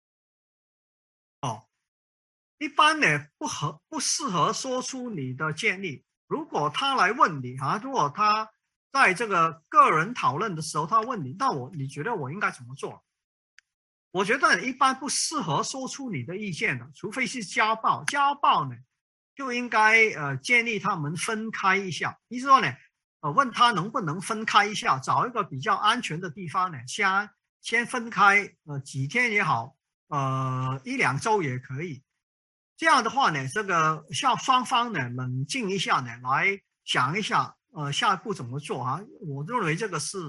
一般呢不适合说出你的建议。如果他来问你如果他在这个个人讨论的时候，他问你，那你觉得我应该怎么做？我觉得一般不适合说出你的意见的，除非是家暴。家暴呢，就应该建议他们分开一下。意思说呢，问他能不能分开一下，找一个比较安全的地方呢，先分开几天也好，1、2周也可以。这样的话呢，这个双方呢冷静一下呢，来想一下下一步怎么做我认为这个是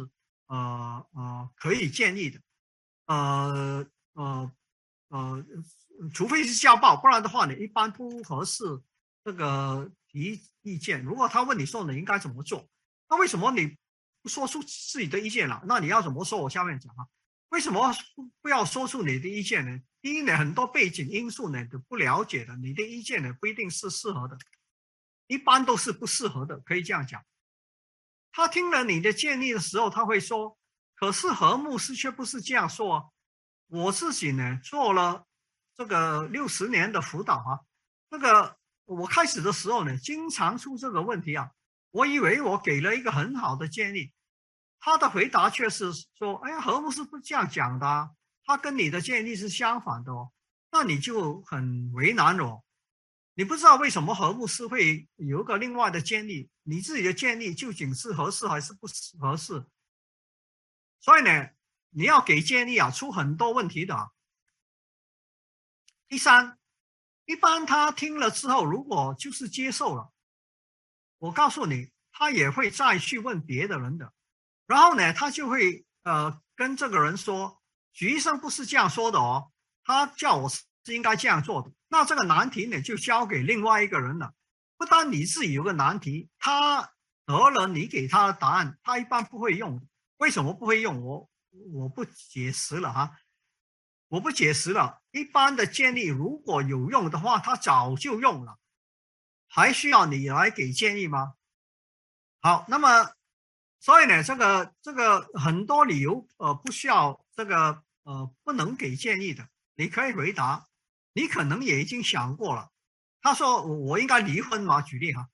可以建议的，呃呃呃，除非是家暴，不然的话呢，一般不合适这个提意见。如果他问你说你应该怎么做，那为什么你不说出自己的意见了？那你要怎么说？我下面讲啊，为什么不要说出你的意见呢？第一呢，很多背景因素呢都不了解的，你的意见呢不一定是适合的，一般都是不适合的，可以这样讲。他听了你的建议的时候，他会说：“可是何牧师却不是这样说啊。我自己呢做了这个60年的辅导啊，这个我开始的时候呢，经常出这个问题啊。我以为我给了一个很好的建议，他的回答却是说：哎呀，何牧师不这样讲的啊，他跟你的建议是相反的哦。那你就很为难哦。你不知道为什么何牧师会有一个另外的建议，你自己的建议究竟是合适还是不合适？所以呢，你要给建议啊，出很多问题的啊。第三，一般他听了之后，如果就是接受了，我告诉你，他也会再去问别的人的，然后呢，他就会跟这个人说，许医生不是这样说的哦，他叫我是应该这样做的。那这个难题呢，就交给另外一个人了。不单你自己有个难题，他得了你给他的答案，他一般不会用。为什么不会用？我不解释了哈，我不解释了。一般的建议如果有用的话，他早就用了，还需要你来给建议吗？好，那么所以呢，这个很多理由不需要这个不能给建议的，你可以回答，你可能也已经想过了。他说我应该离婚吗？举例哈，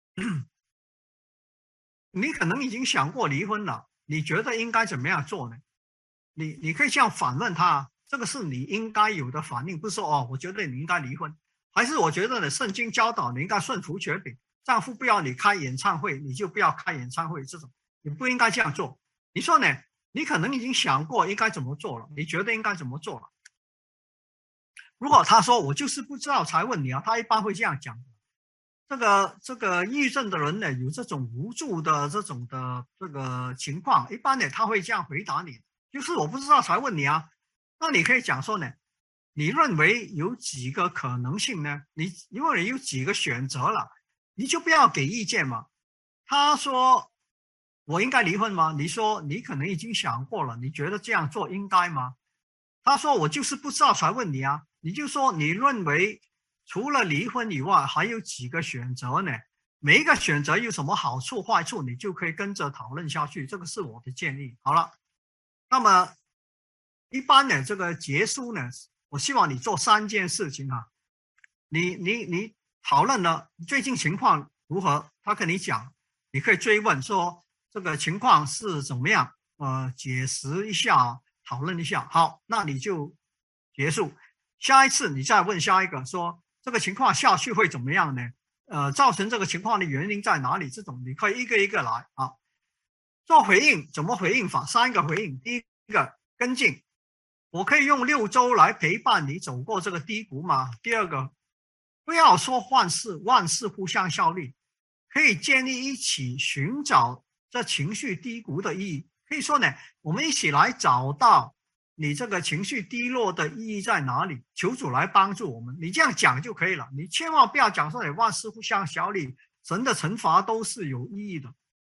你可能已经想过离婚了，你觉得应该怎么样做呢？你可以这样反问他，这个是你应该有的反应，不是说哦，我觉得你应该离婚，还是我觉得呢，圣经教导你应该顺服权柄，丈夫不要你开演唱会，你就不要开演唱会，这种你不应该这样做。你说呢？你可能已经想过应该怎么做了，你觉得应该怎么做了？如果他说我就是不知道才问你啊，他一般会这样讲。这个抑郁症的人呢，有这种无助的这种的这个情况，一般呢他会这样回答你，就是我不知道才问你啊。那你可以讲说呢，你认为有几个可能性呢？你因为你有几个选择了，你就不要给意见嘛。他说我应该离婚吗？你说你可能已经想过了，你觉得这样做应该吗？他说我就是不知道才问你啊。你就说你认为除了离婚以外还有几个选择呢？每一个选择有什么好处坏处，你就可以跟着讨论下去。这个是我的建议。好了，那么一般呢，这个结束呢，我希望你做3件事情啊。你讨论了最近情况如何，他跟你讲，你可以追问说这个情况是怎么样，解释一下，讨论一下。好，那你就结束。下一次你再问下一个，说这个情况下去会怎么样呢？造成这个情况的原因在哪里？这种你可以一个一个来啊。做回应怎么回应法？3个回应。第一个跟进，我可以用6周来陪伴你走过这个低谷吗？第二个，不要说万事互相效力，可以建立一起寻找这情绪低谷的意义。可以说呢，我们一起来找到你这个情绪低落的意义在哪里，求主来帮助我们。你这样讲就可以了，你千万不要讲说你万事互相效力，神的惩罚都是有意义的。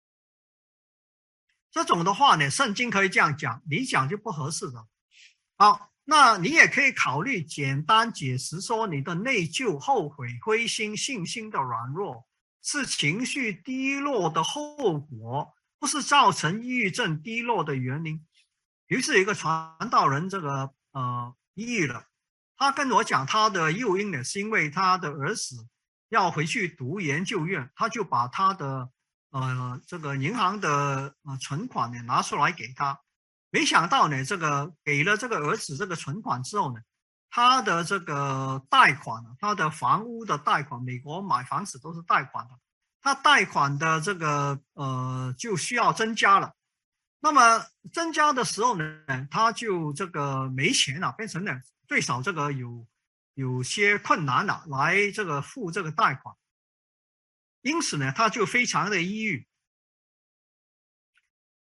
这种的话呢，圣经可以这样讲，你讲就不合适的。好，那你也可以考虑简单解释说，你的内疚、后悔、灰心、信心的软弱是情绪低落的后果，不是造成抑郁症低落的原因。于是有一个传道人，这个抑郁了，他跟我讲他的诱因呢，是因为他的儿子要回去读研究院，他就把他的这个银行的存款呢拿出来给他。没想到呢，这个给了这个儿子这个存款之后呢，他的这个贷款，他的房屋的贷款，美国买房子都是贷款的，他贷款的这个就需要增加了。那么增加的时候呢，他就这个没钱了，变成呢最少这个有些困难了，来这个付这个贷款，因此呢，他就非常的抑郁。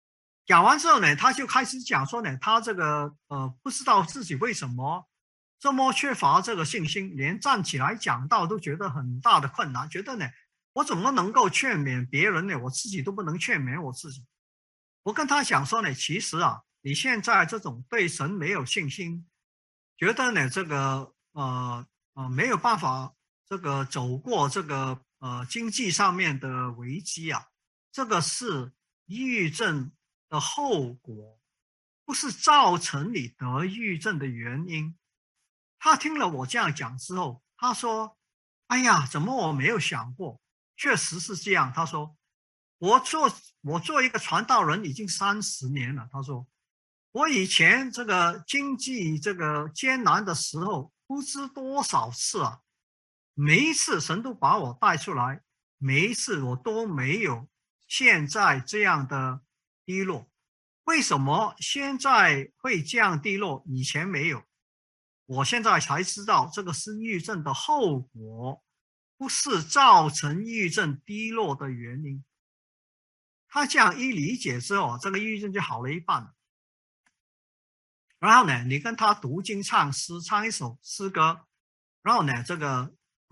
讲完之后呢，他就开始讲说呢，他这个不知道自己为什么这么缺乏这个信心，连站起来讲道都觉得很大的困难，觉得呢，我怎么能够劝勉别人呢？我自己都不能劝勉我自己。我跟他讲说呢，其实啊，你现在这种对神没有信心，觉得呢这个没有办法这个走过这个经济上面的危机啊，这个是抑郁症的后果，不是造成你得抑郁症的原因。他听了我这样讲之后，他说：“哎呀，怎么我没有想过？确实是这样。”他说：“我做一个传道人已经30年了。”他说：“我以前这个经济这个艰难的时候，不知多少次啊，每一次神都把我带出来，每一次我都没有现在这样的低落。为什么现在会这样低落？以前没有。我现在才知道这个是抑郁症的后果，不是造成抑郁症低落的原因。”他这样一理解之后，这个抑郁症就好了一半了。然后呢，你跟他读经唱诗，唱一首诗歌，然后呢，这个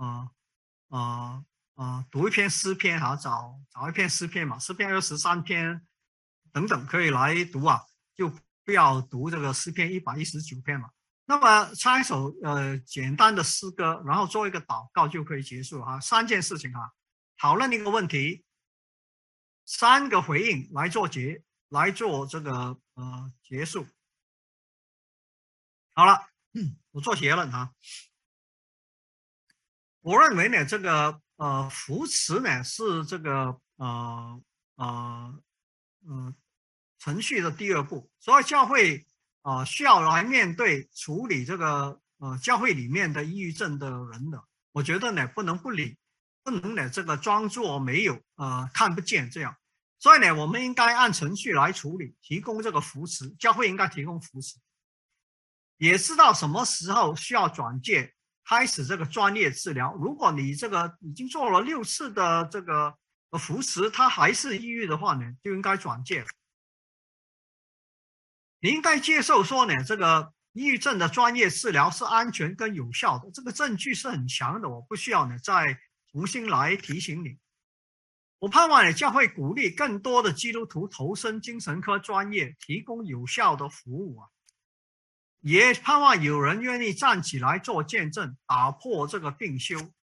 读一篇诗篇啊，找一篇诗篇嘛，诗篇23篇等等可以来读啊，就不要读这个诗篇119篇嘛。那么唱一首简单的诗歌，然后做一个祷告就可以结束啊。3件事情啊，讨论一个问题，3个回应来做这个结束。好了，我做结论啊。我认为呢，这个扶持呢是这个程序的第2步，所以教会需要来面对处理这个教会里面的抑郁症的人的。我觉得呢不能不理，不能呢这个装作没有看不见这样。所以呢，我们应该按程序来处理，提供这个扶持，教会应该提供扶持，也知道什么时候需要转介，开始这个专业治疗。如果你这个已经做了6次的这个扶持，他还是抑郁的话呢，就应该转介。你应该接受说呢，这个抑郁症的专业治疗是安全跟有效的，这个证据是很强的，我不需要呢再重新来提醒你。我盼望呢教会鼓励更多的基督徒投身精神科专业，提供有效的服务啊。也盼望有人愿意站起来做见证，打破这个病休。